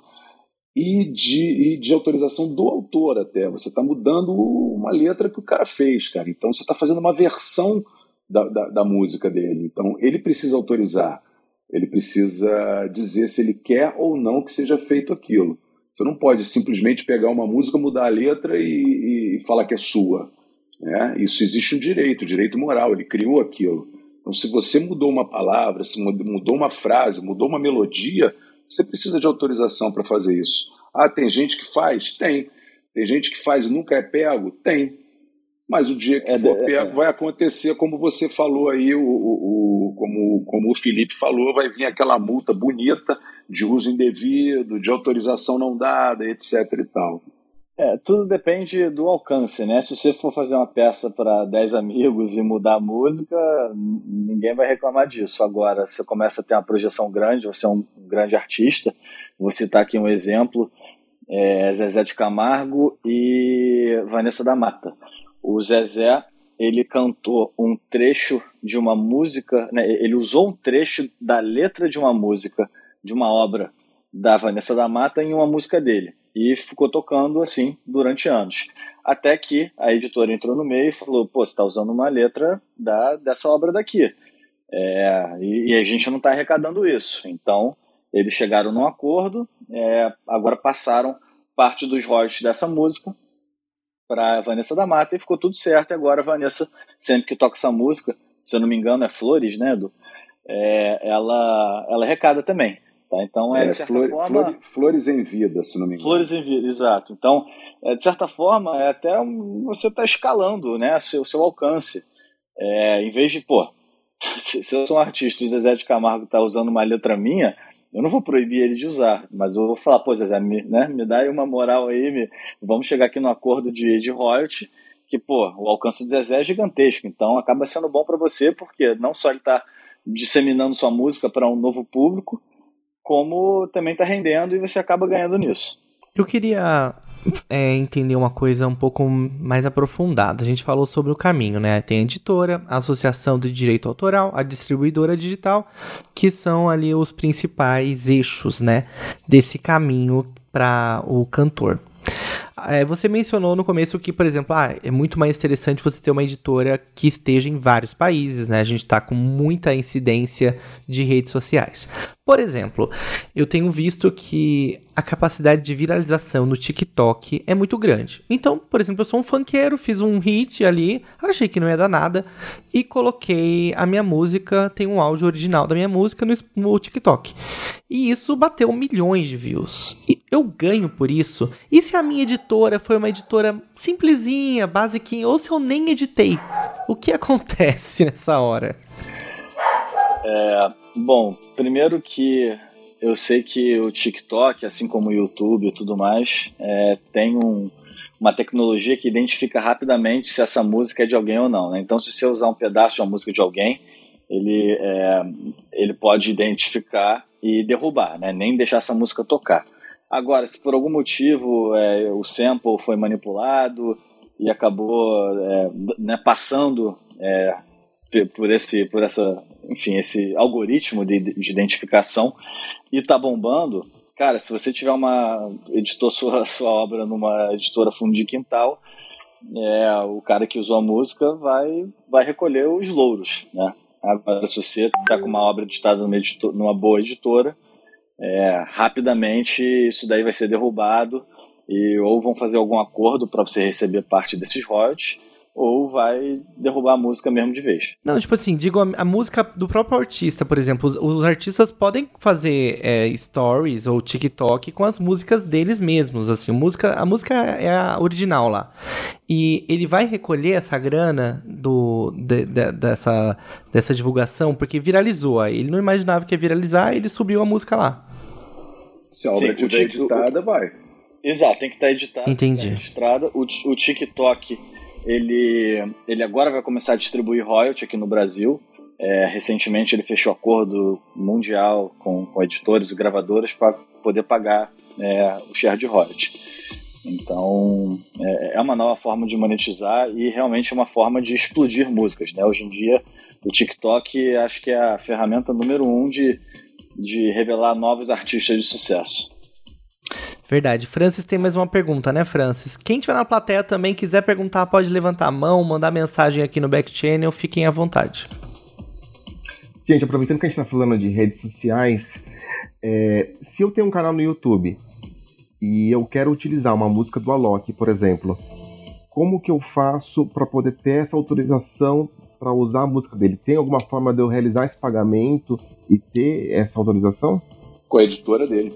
e de, e de autorização do autor até. Você está mudando uma letra que o cara fez, cara. Então você está fazendo uma versão da, da, da música dele. Então ele precisa autorizar. Ele precisa dizer se ele quer ou não que seja feito aquilo. Você não pode simplesmente pegar uma música, mudar a letra e, e falar que é sua. Né? Isso existe um direito, um direito moral. Ele criou aquilo. Então se você mudou uma palavra, se mudou uma frase, mudou uma melodia, você precisa de autorização para fazer isso. Ah, tem gente que faz? Tem. Tem gente que faz e nunca é pego? Tem. Mas o dia que é, for pego é. vai acontecer como você falou aí, o, o, o, como, como o Felipe falou, vai vir aquela multa bonita de uso indevido, de autorização não dada, etc e tal. É, tudo depende do alcance, né? Se você for fazer uma peça para dez amigos e mudar a música, ninguém vai reclamar disso. Agora, você começa a ter uma projeção grande, você é um grande artista, vou citar aqui um exemplo, é Zezé de Camargo e Vanessa da Mata. O Zezé, ele cantou um trecho de uma música, né? Ele usou um trecho da letra de uma música, de uma obra da Vanessa da Mata em uma música dele. E ficou tocando assim durante anos. Até que a editora entrou no meio e falou, pô, você está usando uma letra da, dessa obra daqui. É, e, e a gente não está arrecadando isso. Então, eles chegaram num acordo, é, agora passaram parte dos royalties dessa música para a Vanessa da Mata e ficou tudo certo. E agora a Vanessa, sempre que toca essa música, se eu não me engano é Flores, né, Edu? É, ela, ela arrecada também. Tá? Então, é, é, de certa flor, forma... Flor, flores em vida, se não me engano. Flores em vida, exato. Então, é, de certa forma, é até um, você está escalando, né, o seu, seu alcance. É, em vez de, pô, se, se eu sou um artista e o Zezé de Camargo está usando uma letra minha, eu não vou proibir ele de usar, mas eu vou falar, pô, Zezé, me, né, me dá aí uma moral aí, me, vamos chegar aqui no acordo de, de royalty, que, pô, o alcance do Zezé é gigantesco, então acaba sendo bom para você, porque não só ele está disseminando sua música para um novo público, como também está rendendo e você acaba ganhando nisso. Eu queria é, entender uma coisa um pouco mais aprofundada. A gente falou sobre o caminho, né? Tem a editora, a Associação de Direito Autoral, a distribuidora digital, que são ali os principais eixos, né, desse caminho para o cantor. É, você mencionou no começo que, por exemplo, ah, é muito mais interessante você ter uma editora que esteja em vários países, né? A gente está com muita incidência de redes sociais. Por exemplo, eu tenho visto que a capacidade de viralização no TikTok é muito grande. Então, por exemplo, eu sou um funkeiro, fiz um hit ali, achei que não ia dar nada e coloquei a minha música, tem um áudio original da minha música no, no TikTok. E isso bateu milhões de views. E eu ganho por isso. E se a minha editora foi uma editora simplesinha, basiquinha, ou se eu nem editei? O que acontece nessa hora? É, bom, primeiro que eu sei que o TikTok, assim como o YouTube e tudo mais, é, tem um, uma tecnologia que identifica rapidamente se essa música é de alguém ou não, né? Então, se você usar um pedaço de uma música de alguém, ele, é, ele pode identificar e derrubar, né? Nem deixar essa música tocar. Agora, se por algum motivo é, o sample foi manipulado e acabou é, né, passando é, por, esse, por essa, enfim, esse algoritmo de, de identificação e tá bombando, cara, se você tiver uma editou sua, sua obra numa editora fundo de quintal, é, o cara que usou a música vai, vai recolher os louros, né? Agora, se você tá com uma obra editada numa, editor, numa boa editora, É, rapidamente isso daí vai ser derrubado e ou vão fazer algum acordo para você receber parte desses royalties ou vai derrubar a música mesmo de vez. Não, tipo assim, digo, a, a música do próprio artista, por exemplo, os, os artistas podem fazer é, stories ou TikTok com as músicas deles mesmos, assim, música, a música é a original lá. E ele vai recolher essa grana do, de, de, dessa, dessa divulgação, porque viralizou, aí ele não imaginava que ia viralizar, ele subiu a música lá. Se a obra estiver editada, vai. Exato, tem que estar editada. Entendi. Registrada. O, o TikTok, ele, ele agora vai começar a distribuir royalty aqui no Brasil. É, recentemente ele fechou acordo mundial com, com editores e gravadoras para poder pagar é, o share de royalty. Então é, é uma nova forma de monetizar e realmente é uma forma de explodir músicas, né? Hoje em dia o TikTok acho que é a ferramenta número um de, de revelar novos artistas de sucesso. Verdade. Francis tem mais uma pergunta, né, Francis? Quem tiver na plateia também quiser perguntar, pode levantar a mão, mandar mensagem aqui no back channel, fiquem à vontade. Gente, aproveitando que a gente está falando de redes sociais, é, se eu tenho um canal no YouTube e eu quero utilizar uma música do Alok, por exemplo, como que eu faço para poder ter essa autorização para usar a música dele? Tem alguma forma de eu realizar esse pagamento e ter essa autorização? Com a editora dele.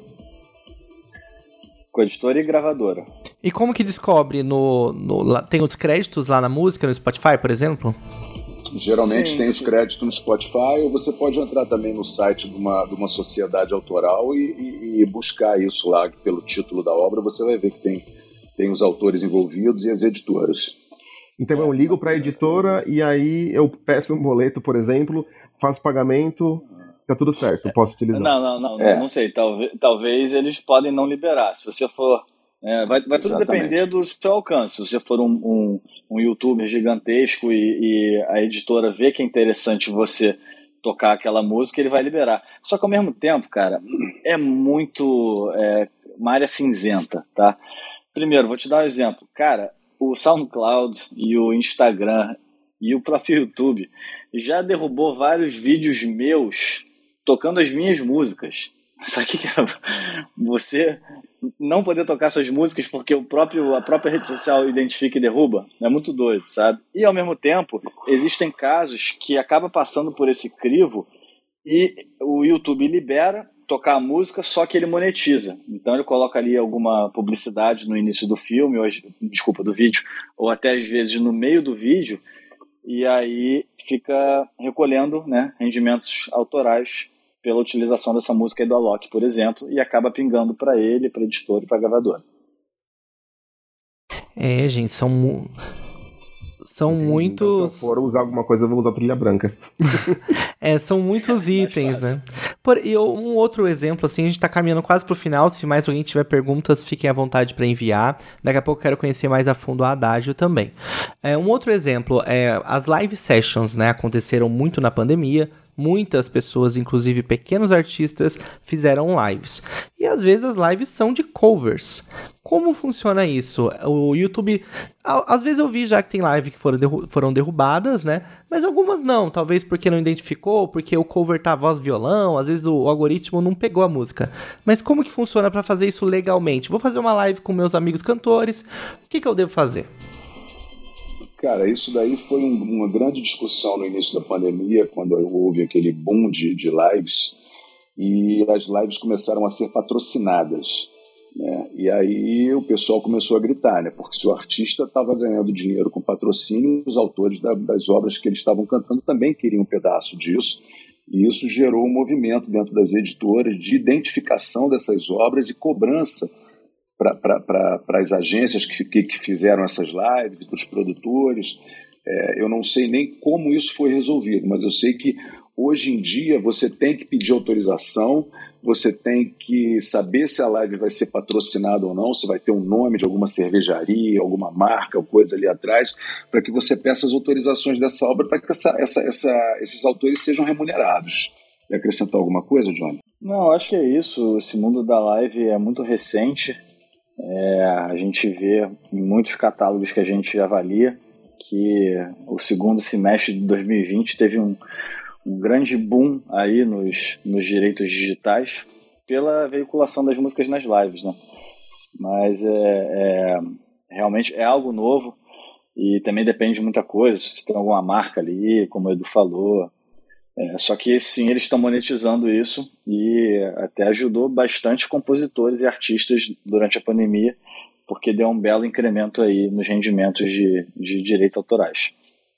Com a editora e gravadora. E como que descobre? No, no, lá, tem os créditos lá na música, no Spotify, por exemplo? Geralmente sim, tem sim. os créditos no Spotify, ou você pode entrar também no site de uma, de uma sociedade autoral e, e, e buscar isso lá pelo título da obra. Você vai ver que tem, tem os autores envolvidos e as editoras. Então eu ligo para a editora e aí eu peço um boleto, por exemplo, faço pagamento, tá tudo certo, eu posso utilizar. Não, não, não, É. não sei. Talvez, talvez eles podem não liberar. Se você for... É, vai vai tudo Exatamente. depender do seu alcance. Se você for um, um, um youtuber gigantesco e, e a editora vê que é interessante você tocar aquela música, ele vai liberar. Só que ao mesmo tempo, cara, é muito... É, uma área cinzenta, tá? Primeiro, vou te dar um exemplo. Cara, o SoundCloud e o Instagram e o próprio YouTube já derrubou vários vídeos meus tocando as minhas músicas. Sabe o que é? Você não poder tocar suas músicas porque o próprio, a própria rede social identifica e derruba? É muito doido, sabe? E ao mesmo tempo, existem casos que acaba passando por esse crivo e o YouTube libera tocar a música, só que ele monetiza. Então ele coloca ali alguma publicidade no início do filme, ou, desculpa, do vídeo, ou até às vezes no meio do vídeo, e aí fica recolhendo, né, rendimentos autorais pela utilização dessa música aí do Alok, por exemplo, e acaba pingando para ele, para editor e para gravadora. É, gente, são mu- são Entendi. muitos Então, se eu for usar alguma coisa, eu vou usar trilha branca. é, são muitos itens, né? Por, e um outro exemplo, assim, a gente tá caminhando quase pro final, se mais alguém tiver perguntas, fiquem à vontade para enviar. Daqui a pouco eu quero conhecer mais a fundo o Adágio também. É, um outro exemplo, é, as live sessions, né, aconteceram muito na pandemia. Muitas pessoas, inclusive pequenos artistas, fizeram lives. E às vezes as lives são de covers. Como funciona isso? O YouTube... Às vezes eu vi já que tem live que foram, derru- foram derrubadas, né? Mas algumas não. Talvez porque não identificou, porque o cover tá voz violão. Às vezes o, o algoritmo não pegou a música. Mas como que funciona para fazer isso legalmente? Vou fazer uma live com meus amigos cantores. O que, que eu devo fazer? Cara, isso daí foi um, uma grande discussão no início da pandemia, quando houve aquele boom de, de lives, e as lives começaram a ser patrocinadas, né? E aí o pessoal começou a gritar, né? Porque se o artista estava ganhando dinheiro com patrocínio, os autores da, das obras que eles estavam cantando também queriam um pedaço disso, e isso gerou um movimento dentro das editoras de identificação dessas obras e cobrança para as agências que, que, que fizeram essas lives e para os produtores. É, eu não sei nem como isso foi resolvido, mas eu sei que hoje em dia você tem que pedir autorização, você tem que saber se a live vai ser patrocinada ou não, se vai ter um nome de alguma cervejaria, alguma marca ou coisa ali atrás, para que você peça as autorizações dessa obra para que essa, essa, essa, esses autores sejam remunerados. Quer acrescentar alguma coisa, Johnny? Não, acho que é isso. Esse mundo da live é muito recente. É, a gente vê em muitos catálogos que a gente avalia que o segundo semestre de dois mil e vinte teve um, um grande boom aí nos, nos direitos digitais pela veiculação das músicas nas lives, né? Mas é, é, realmente é algo novo e também depende de muita coisa, se tem alguma marca ali, como o Edu falou. É, só que sim, eles estão monetizando isso e até ajudou bastante compositores e artistas durante a pandemia, porque deu um belo incremento aí nos rendimentos de, de direitos autorais.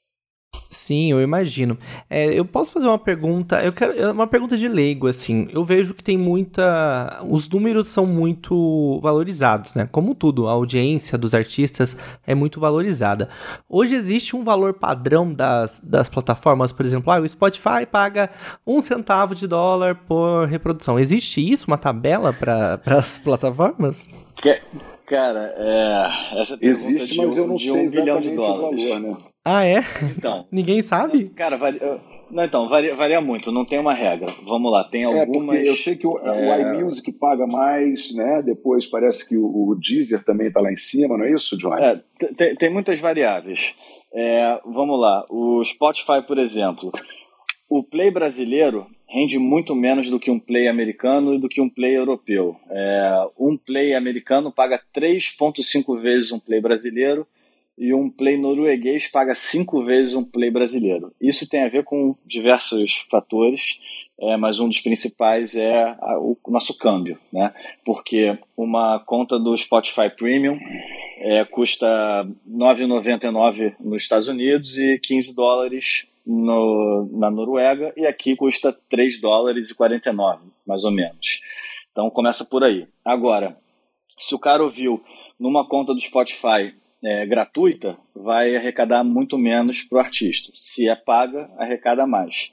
Sim, eu imagino. É, eu posso fazer uma pergunta, eu quero uma pergunta de leigo, assim. Eu vejo que tem muita, os números são muito valorizados, né? Como tudo, a audiência dos artistas é muito valorizada. Hoje existe um valor padrão das, das plataformas, por exemplo, ah, o Spotify paga um centavo de dólar por reprodução. Existe isso, uma tabela para as plataformas? Que, cara, é, essa existe, de, mas eu não de sei um bilhão exatamente de o dólares. valor, né? Ah, é? Então, ninguém sabe? Cara, varia, não, então, varia, varia muito, não tem uma regra. Vamos lá, tem algumas... É, porque eu sei que o, é... o iMusic paga mais, né? Depois parece que o, o Deezer também está lá em cima, não é isso, Johnny? É, tem, tem muitas variáveis. É, vamos lá, o Spotify, por exemplo, o Play brasileiro rende muito menos do que um Play americano e do que um Play europeu. É, um Play americano paga três vírgula cinco vezes um Play brasileiro, e um Play norueguês paga cinco vezes um Play brasileiro. Isso tem a ver com diversos fatores, é, mas um dos principais é a, o nosso câmbio, né? Porque uma conta do Spotify Premium é, custa nove reais e noventa e nove centavos nos Estados Unidos e quinze dólares no, na Noruega, e aqui custa três dólares e quarenta e nove, mais ou menos. Então começa por aí. Agora, se o cara ouviu numa conta do Spotify É, gratuita, vai arrecadar muito menos para o artista. Se é paga, arrecada mais.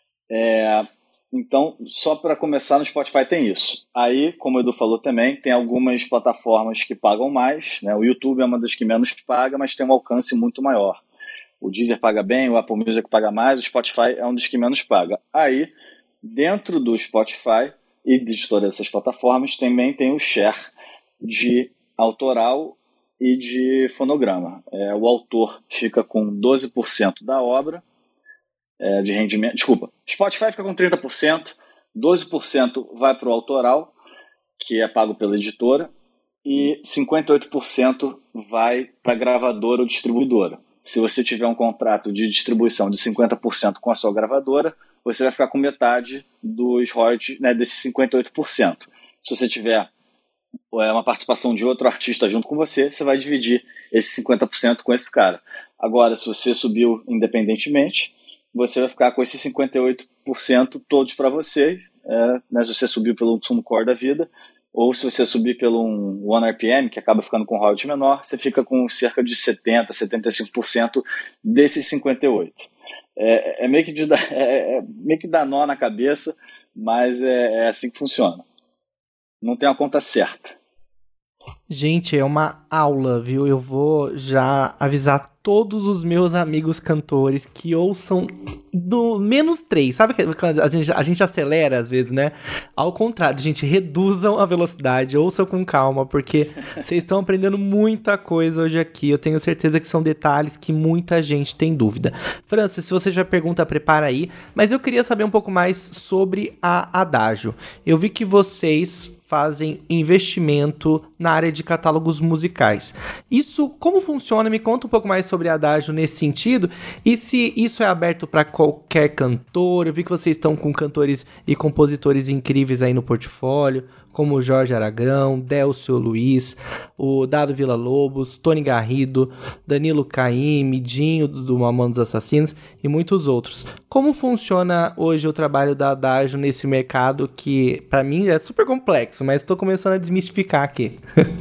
É, então, só para começar, no Spotify tem isso. Aí, como o Edu falou também, tem algumas plataformas que pagam mais, né? O YouTube é uma das que menos paga, mas tem um alcance muito maior. O Deezer paga bem, o Apple Music paga mais, o Spotify é um dos que menos paga. Aí, dentro do Spotify e de todas essas plataformas, também tem o share de autoral e de fonograma. É, o autor fica com doze por cento da obra é, de rendimento. Desculpa, Spotify fica com trinta por cento, doze por cento vai para o autoral, que é pago pela editora, e cinquenta e oito por cento vai para a gravadora ou distribuidora. Se você tiver um contrato de distribuição de cinquenta por cento com a sua gravadora, você vai ficar com metade dos royalties, né, desses cinquenta e oito por cento. Se você tiver é uma participação de outro artista junto com você, você vai dividir esse cinquenta por cento com esse cara. Agora, se você subiu independentemente, você vai ficar com esses cinquenta e oito por cento todos para você, é, né, se você subiu pelo Sumo Core da vida, ou se você subir pelo um One R P M, que acaba ficando com royalty menor, você fica com cerca de setenta por cento, setenta e cinco por cento desses cinquenta e oito por cento. É, é, meio que de, é, é meio que dá nó na cabeça, mas é, é assim que funciona. Não tem uma conta certa. Gente, é uma aula, viu? Eu vou já avisar todos os meus amigos cantores que ouçam do menos três. Sabe que a gente, a gente acelera às vezes, né? Ao contrário, gente, reduzam a velocidade, ouçam com calma, porque vocês estão aprendendo muita coisa hoje aqui. Eu tenho certeza que são detalhes que muita gente tem dúvida. Francis, se você já pergunta, prepara aí. Mas eu queria saber um pouco mais sobre a Adagio. Eu vi que vocês fazem investimento na área de catálogos musicais. Isso, como funciona? Me conta um pouco mais sobre a Adagio nesse sentido, e se isso é aberto para qualquer cantor. Eu vi que vocês estão com cantores e compositores incríveis aí no portfólio, como o Jorge Aragão, Delcio Luiz, o Dado Villa-Lobos, Tony Garrido, Danilo Caymmi, Dinho do Mamonas Assassinos e muitos outros. Como funciona hoje o trabalho da Adagio nesse mercado que, para mim, é super complexo, mas estou começando a desmistificar aqui.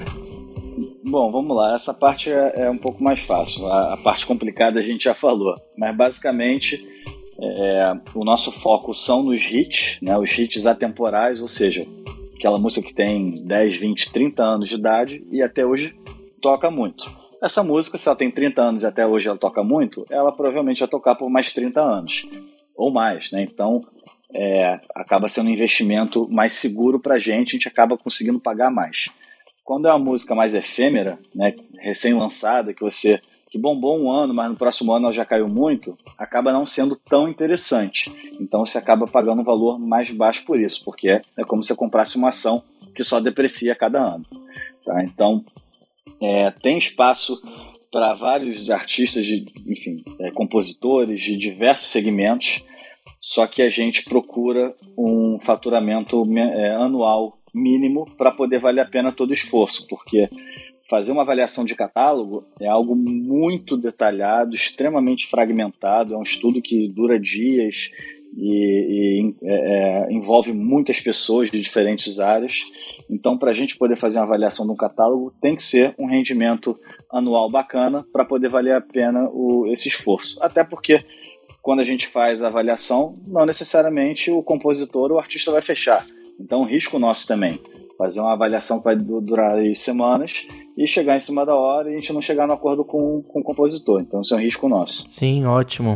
Bom, vamos lá. Essa parte é, é um pouco mais fácil. A, a parte complicada a gente já falou. Mas, basicamente, é, o nosso foco são nos hits, né, os hits atemporais, ou seja, aquela música que tem dez, vinte, trinta anos de idade e até hoje toca muito. Essa música, se ela tem trinta anos e até hoje ela toca muito, ela provavelmente vai tocar por mais trinta anos ou mais, né? Então, é, acaba sendo um investimento mais seguro para a gente, a gente acaba conseguindo pagar mais. Quando é uma música mais efêmera, né, recém-lançada, que você que bombou um ano, mas no próximo ano ela já caiu muito, acaba não sendo tão interessante. Então você acaba pagando um valor mais baixo por isso, porque é, é como se você comprasse uma ação que só deprecia a cada ano. Tá? Então, é, tem espaço para vários artistas, de, enfim, é, compositores de diversos segmentos, só que a gente procura um faturamento é, anual mínimo para poder valer a pena todo o esforço, porque fazer uma avaliação de catálogo é algo muito detalhado, extremamente fragmentado, é um estudo que dura dias e, e é, envolve muitas pessoas de diferentes áreas. Então, para a gente poder fazer uma avaliação de um catálogo, tem que ser um rendimento anual bacana para poder valer a pena o, esse esforço. Até porque, quando a gente faz a avaliação, não necessariamente o compositor ou o artista vai fechar. Então, um risco nosso também. Fazer uma avaliação que vai durar aí semanas e chegar em cima da hora e a gente não chegar no acordo com, com o compositor. Então, isso é um risco nosso. Sim, ótimo.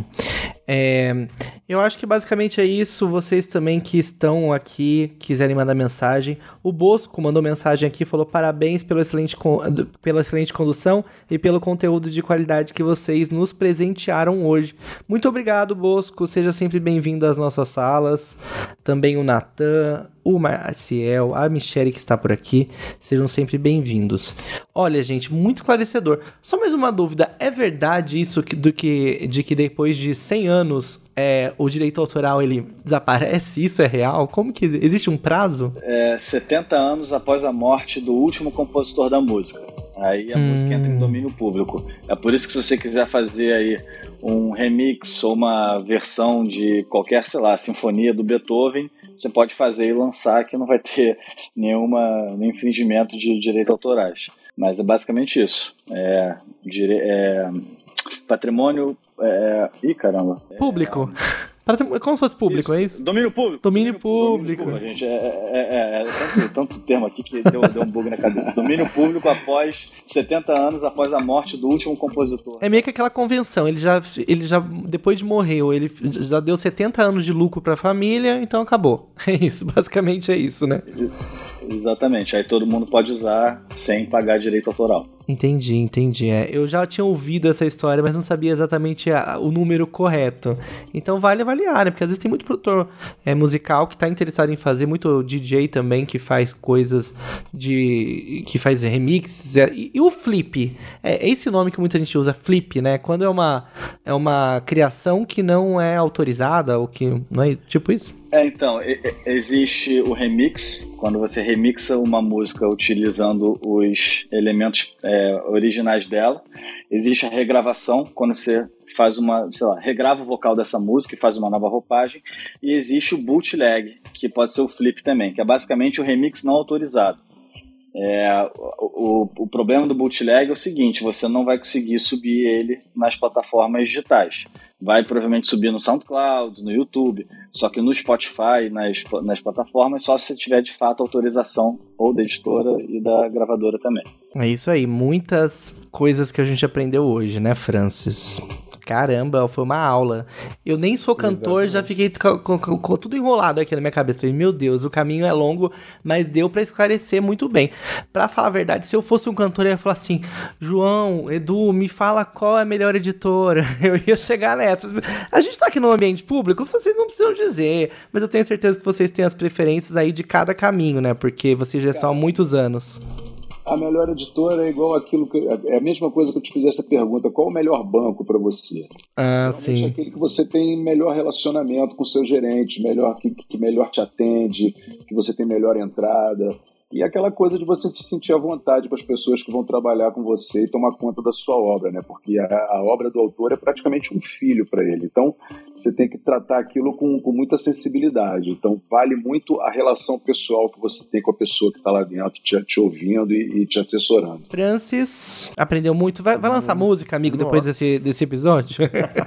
É, eu acho que basicamente é isso. Vocês também que estão aqui, quiserem mandar mensagem. O Bosco mandou mensagem aqui, falou parabéns pela excelente, pela excelente condução e pelo conteúdo de qualidade que vocês nos presentearam hoje. Muito obrigado, Bosco. Seja sempre bem-vindo às nossas salas. Também o Natan, o Marciel, a Michele que está por aqui. Sejam sempre bem-vindos. Olha, gente, muito esclarecedor. Só mais uma dúvida. É verdade isso que, do que, de que depois de cem anos é, o direito autoral ele desaparece? Isso é real? Como que existe um prazo? É, setenta anos após a morte do último compositor da música. Aí a hum. música entra em domínio público. É por isso que se você quiser fazer aí um remix ou uma versão de qualquer, sei lá, sinfonia do Beethoven, você pode fazer e lançar que não vai ter nenhuma, nenhum infringimento de direitos autorais. Mas é basicamente isso. É, dire, é, patrimônio... É, ih, caramba. Público. É, como se fosse público, isso. É isso? Domínio público. Domínio, domínio público. Domínio público, gente. É, é, é, é tanto, tanto termo aqui que deu, deu um bug na cabeça. Domínio público após setenta anos após a morte do último compositor. É meio que aquela convenção. Ele já, ele já depois de morrer, ele já deu setenta anos de lucro pra família, então acabou. É isso, basicamente é isso, né? Exatamente. Aí todo mundo pode usar sem pagar direito autoral. Entendi, entendi. É, eu já tinha ouvido essa história, mas não sabia exatamente a, o número correto. Então vale avaliar, né? Porque às vezes tem muito produtor é, musical que tá interessado em fazer, muito D J também que faz coisas de... que faz remixes. É, e, e o flip? É, é esse nome que muita gente usa, flip, né? Quando é uma, é uma criação que não é autorizada, ou que... não é tipo isso? É, então, existe o remix, quando você remixa uma música utilizando os elementos é, originais dela. Existe a regravação, quando você faz uma, sei lá, regrava o vocal dessa música e faz uma nova roupagem. E existe o bootleg, que pode ser o flip também, que é basicamente o remix não autorizado. É, o, o, o problema do bootleg é o seguinte: você não vai conseguir subir ele nas plataformas digitais. Vai provavelmente subir no SoundCloud, no YouTube, só que no Spotify, nas, nas plataformas, só se você tiver de fato autorização ou da editora e da gravadora também. É isso aí, muitas coisas que a gente aprendeu hoje, né, Francis? Caramba, foi uma aula. Eu nem sou cantor, exatamente. Já fiquei com, com, com, com tudo enrolado aqui na minha cabeça. Falei, meu Deus, o caminho é longo, mas deu pra esclarecer muito bem. Pra falar a verdade, se eu fosse um cantor, eu ia falar assim: João, Edu, me fala qual é a melhor editora. Eu ia chegar nessa. A gente tá aqui no ambiente público, vocês não precisam dizer, mas eu tenho certeza que vocês têm as preferências aí de cada caminho, né? Porque vocês já estão há muitos anos. A melhor editora é igual aquilo que... É a mesma coisa que eu te fiz essa pergunta. Qual o melhor banco para você? Ah, Realmente sim. É aquele que você tem melhor relacionamento com o seu gerente, melhor, que, que melhor te atende, que você tem melhor entrada. E aquela coisa de você se sentir à vontade com as pessoas que vão trabalhar com você e tomar conta da sua obra, né? Porque a, a obra do autor é praticamente um filho para ele. Então, você tem que tratar aquilo com, com muita sensibilidade. Então, vale muito a relação pessoal que você tem com a pessoa que está lá dentro, te, te ouvindo e, e te assessorando. Francis, aprendeu muito. Vai, vai lançar hum, música, amigo, nossa. Depois desse, desse episódio?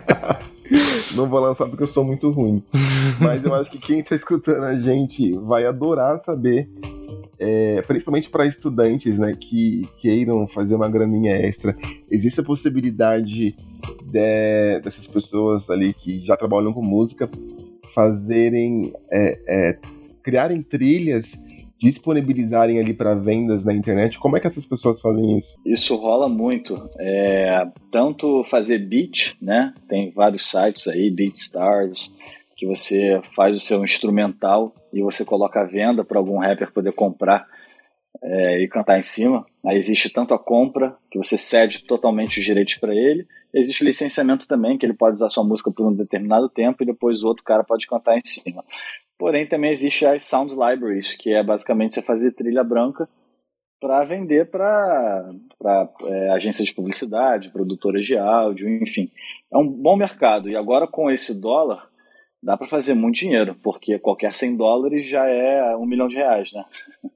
Não vou lançar porque eu sou muito ruim. Mas eu acho que quem está escutando a gente vai adorar saber. É, principalmente para estudantes, né, que queiram fazer uma graninha extra. Existe a possibilidade de, dessas pessoas ali que já trabalham com música fazerem, é, é, criarem trilhas, disponibilizarem ali para vendas na internet. Como é que essas pessoas fazem isso? Isso rola muito. É, tanto fazer beat, né? Tem vários sites aí, BeatStars, que você faz o seu instrumental e você coloca à venda para algum rapper poder comprar é, e cantar em cima. Aí existe tanto a compra, que você cede totalmente os direitos para ele, existe o licenciamento também, que ele pode usar sua música por um determinado tempo e depois o outro cara pode cantar em cima. Porém, também existe as Sound Libraries, que é basicamente você fazer trilha branca para vender para é, agências de publicidade, produtoras de áudio, enfim. É um bom mercado. E agora com esse dólar, dá para fazer muito dinheiro, porque qualquer cem dólares já é um milhão de reais, né?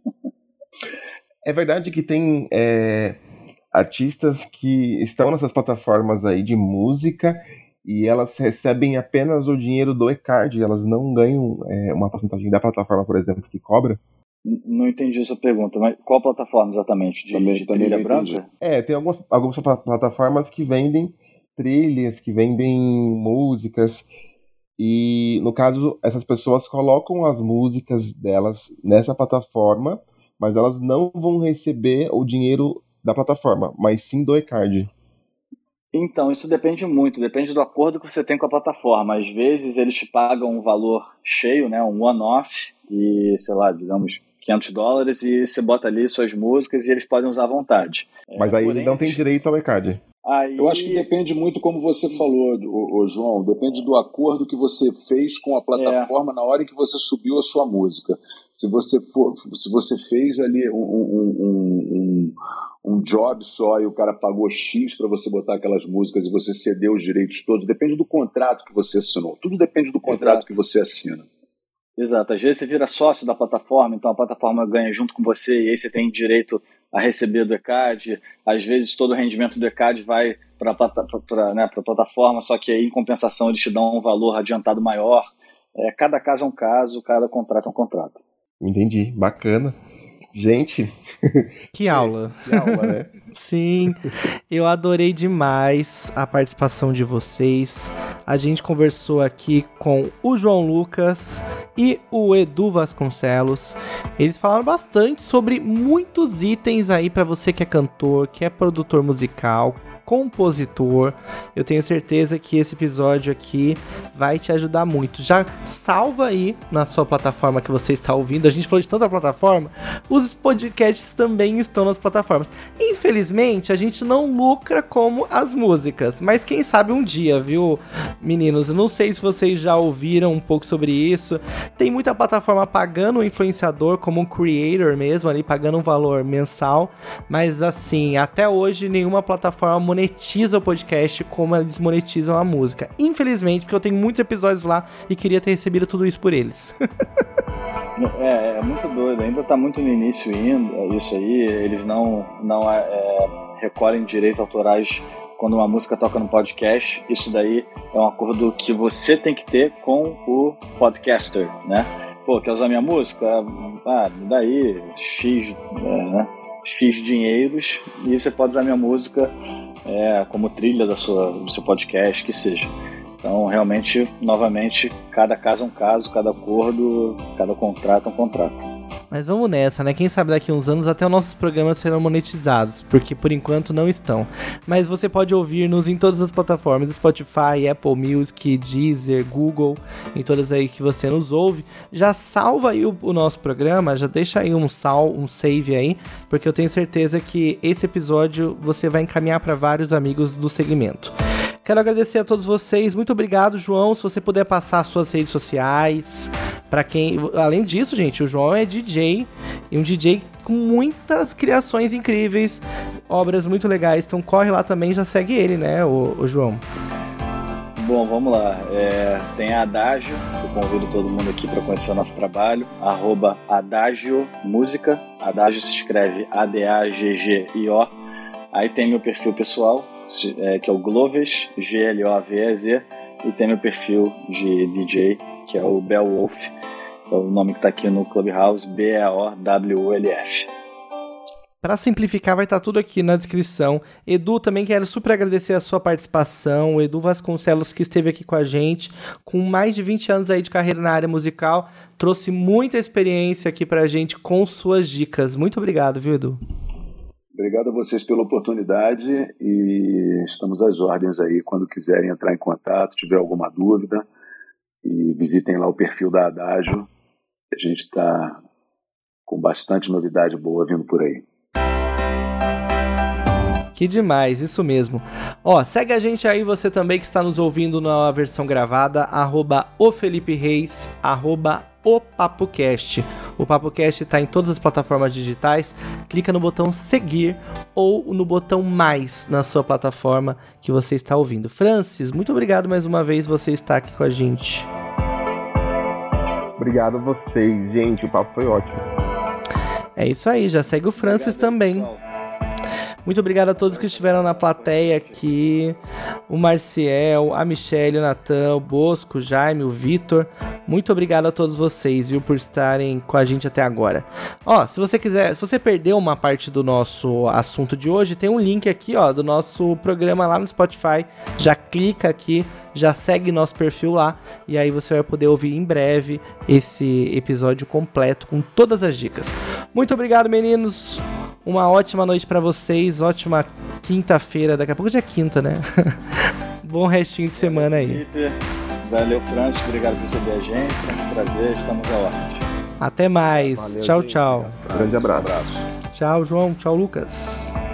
É verdade que tem é, artistas que estão nessas plataformas aí de música e elas recebem apenas o dinheiro do e-card, elas não ganham é, uma porcentagem da plataforma, por exemplo, que cobra? Não entendi a sua pergunta, mas qual plataforma exatamente? De, também, de também trilha branca? É, tem algumas, algumas plataformas que vendem trilhas, que vendem músicas, e no caso, essas pessoas colocam as músicas delas nessa plataforma, mas elas não vão receber o dinheiro da plataforma, mas sim do e-card. Então, isso depende muito, depende do acordo que você tem com a plataforma. Às vezes eles te pagam um valor cheio, né, um one-off, e, sei lá, digamos, quinhentos dólares, e você bota ali suas músicas e eles podem usar à vontade. Mas aí é, ele não existe... tem direito ao e-card. Aí... Eu acho que depende muito, como você falou, o, o João, depende do acordo que você fez com a plataforma é. na hora em que você subiu a sua música. Se você, for, se você fez ali um, um, um, um, um job só e o cara pagou X para você botar aquelas músicas e você cedeu os direitos todos, depende do contrato que você assinou. Tudo depende do contrato Exato. que você assina. Exato. Às vezes você vira sócio da plataforma, então a plataforma ganha junto com você e aí você tem direito a receber do e-card. Às vezes todo o rendimento do e-card vai para a né, plataforma, só que aí em compensação eles te dão um valor adiantado maior. É, cada caso é um caso, cada contrato é um contrato. Entendi, bacana. Gente, que aula. Que aula, né? Sim, eu adorei demais a participação de vocês. A gente conversou aqui com o João Lucas e o Edu Vasconcelos. Eles falaram bastante sobre muitos itens aí para você que é cantor, que é produtor musical, compositor. Eu tenho certeza que esse episódio aqui vai te ajudar muito. Já salva aí na sua plataforma que você está ouvindo. A gente falou de tanta plataforma, os podcasts também estão nas plataformas. Infelizmente, a gente não lucra como as músicas, mas quem sabe um dia, viu, meninos? Eu não sei se vocês já ouviram um pouco sobre isso. Tem muita plataforma pagando o influenciador como um creator mesmo, ali pagando um valor mensal, mas assim, até hoje nenhuma plataforma monetiza o podcast como eles monetizam a música. Infelizmente, porque eu tenho muitos episódios lá e queria ter recebido tudo isso por eles. é, é muito doido, ainda tá muito no início indo, isso aí, eles não, não é, recolhem direitos autorais quando uma música toca no podcast. Isso daí é um acordo que você tem que ter com o podcaster, né? Pô, quer usar minha música? Ah, daí, X, é, né? X dinheiros e você pode usar minha música é, como trilha da sua, do seu podcast, que seja. Então, realmente, novamente, cada caso é um caso, cada acordo, cada contrato é um contrato. Mas vamos nessa, né? Quem sabe daqui a uns anos até os nossos programas serão monetizados, porque por enquanto não estão. Mas você pode ouvir-nos em todas as plataformas, Spotify, Apple Music, Deezer, Google, em todas aí que você nos ouve. Já salva aí o, o nosso programa, já deixa aí um sal, um save aí, porque eu tenho certeza que esse episódio você vai encaminhar para vários amigos do segmento. Quero agradecer a todos vocês, muito obrigado, João, se você puder passar as suas redes sociais, para quem, além disso, gente, o João é D J, e um D J com muitas criações incríveis, obras muito legais, então corre lá também, já segue ele, né, o, o João? Bom, vamos lá, é, tem a Adágio, eu convido todo mundo aqui para conhecer o nosso trabalho, arroba Adágio Música, Adágio se escreve A D A G G I O, aí tem meu perfil pessoal, que é o Gloves, G L O V E Z, e tem meu perfil de D J, que é o Beowulf, é o nome que está aqui no Clubhouse, B E O W U L F. Para simplificar, vai estar tudo aqui na descrição. Edu, também quero super agradecer a sua participação. O Edu Vasconcelos, que esteve aqui com a gente, com mais de vinte anos aí de carreira na área musical, trouxe muita experiência aqui para a gente com suas dicas. Muito obrigado, viu, Edu? Obrigado a vocês pela oportunidade e estamos às ordens aí quando quiserem entrar em contato, tiver alguma dúvida, e visitem lá o perfil da Adágio. A gente está com bastante novidade boa vindo por aí. Que demais, isso mesmo. Ó, segue a gente aí, você também que está nos ouvindo na versão gravada, arroba o Felipe Reis, arroba o PapoCast. O PapoCast está em todas as plataformas digitais. Clica no botão seguir ou no botão mais na sua plataforma que você está ouvindo. Francis, muito obrigado mais uma vez você estar aqui com a gente. Obrigado a vocês, gente. O papo foi ótimo. É isso aí, já segue o Francis obrigado, também. Pessoal. Muito obrigado a todos que estiveram na plateia aqui, o Marciel, a Michelle, o Natan, o Bosco, o Jaime, o Vitor. Muito obrigado a todos vocês, viu, por estarem com a gente até agora. Ó, se você quiser, se você perdeu uma parte do nosso assunto de hoje, tem um link aqui, ó, do nosso programa lá no Spotify. Já clica aqui, já segue nosso perfil lá e aí você vai poder ouvir em breve esse episódio completo com todas as dicas. Muito obrigado, meninos. Uma ótima noite pra vocês, ótima quinta-feira, daqui a pouco já é quinta, né? Bom restinho de semana aí. Valeu, Francis, obrigado por receber a gente, sempre um prazer, estamos ao ar. Até mais, Valeu, tchau, gente. tchau. Um grande abraço. Um abraço. Tchau, João, tchau, Lucas.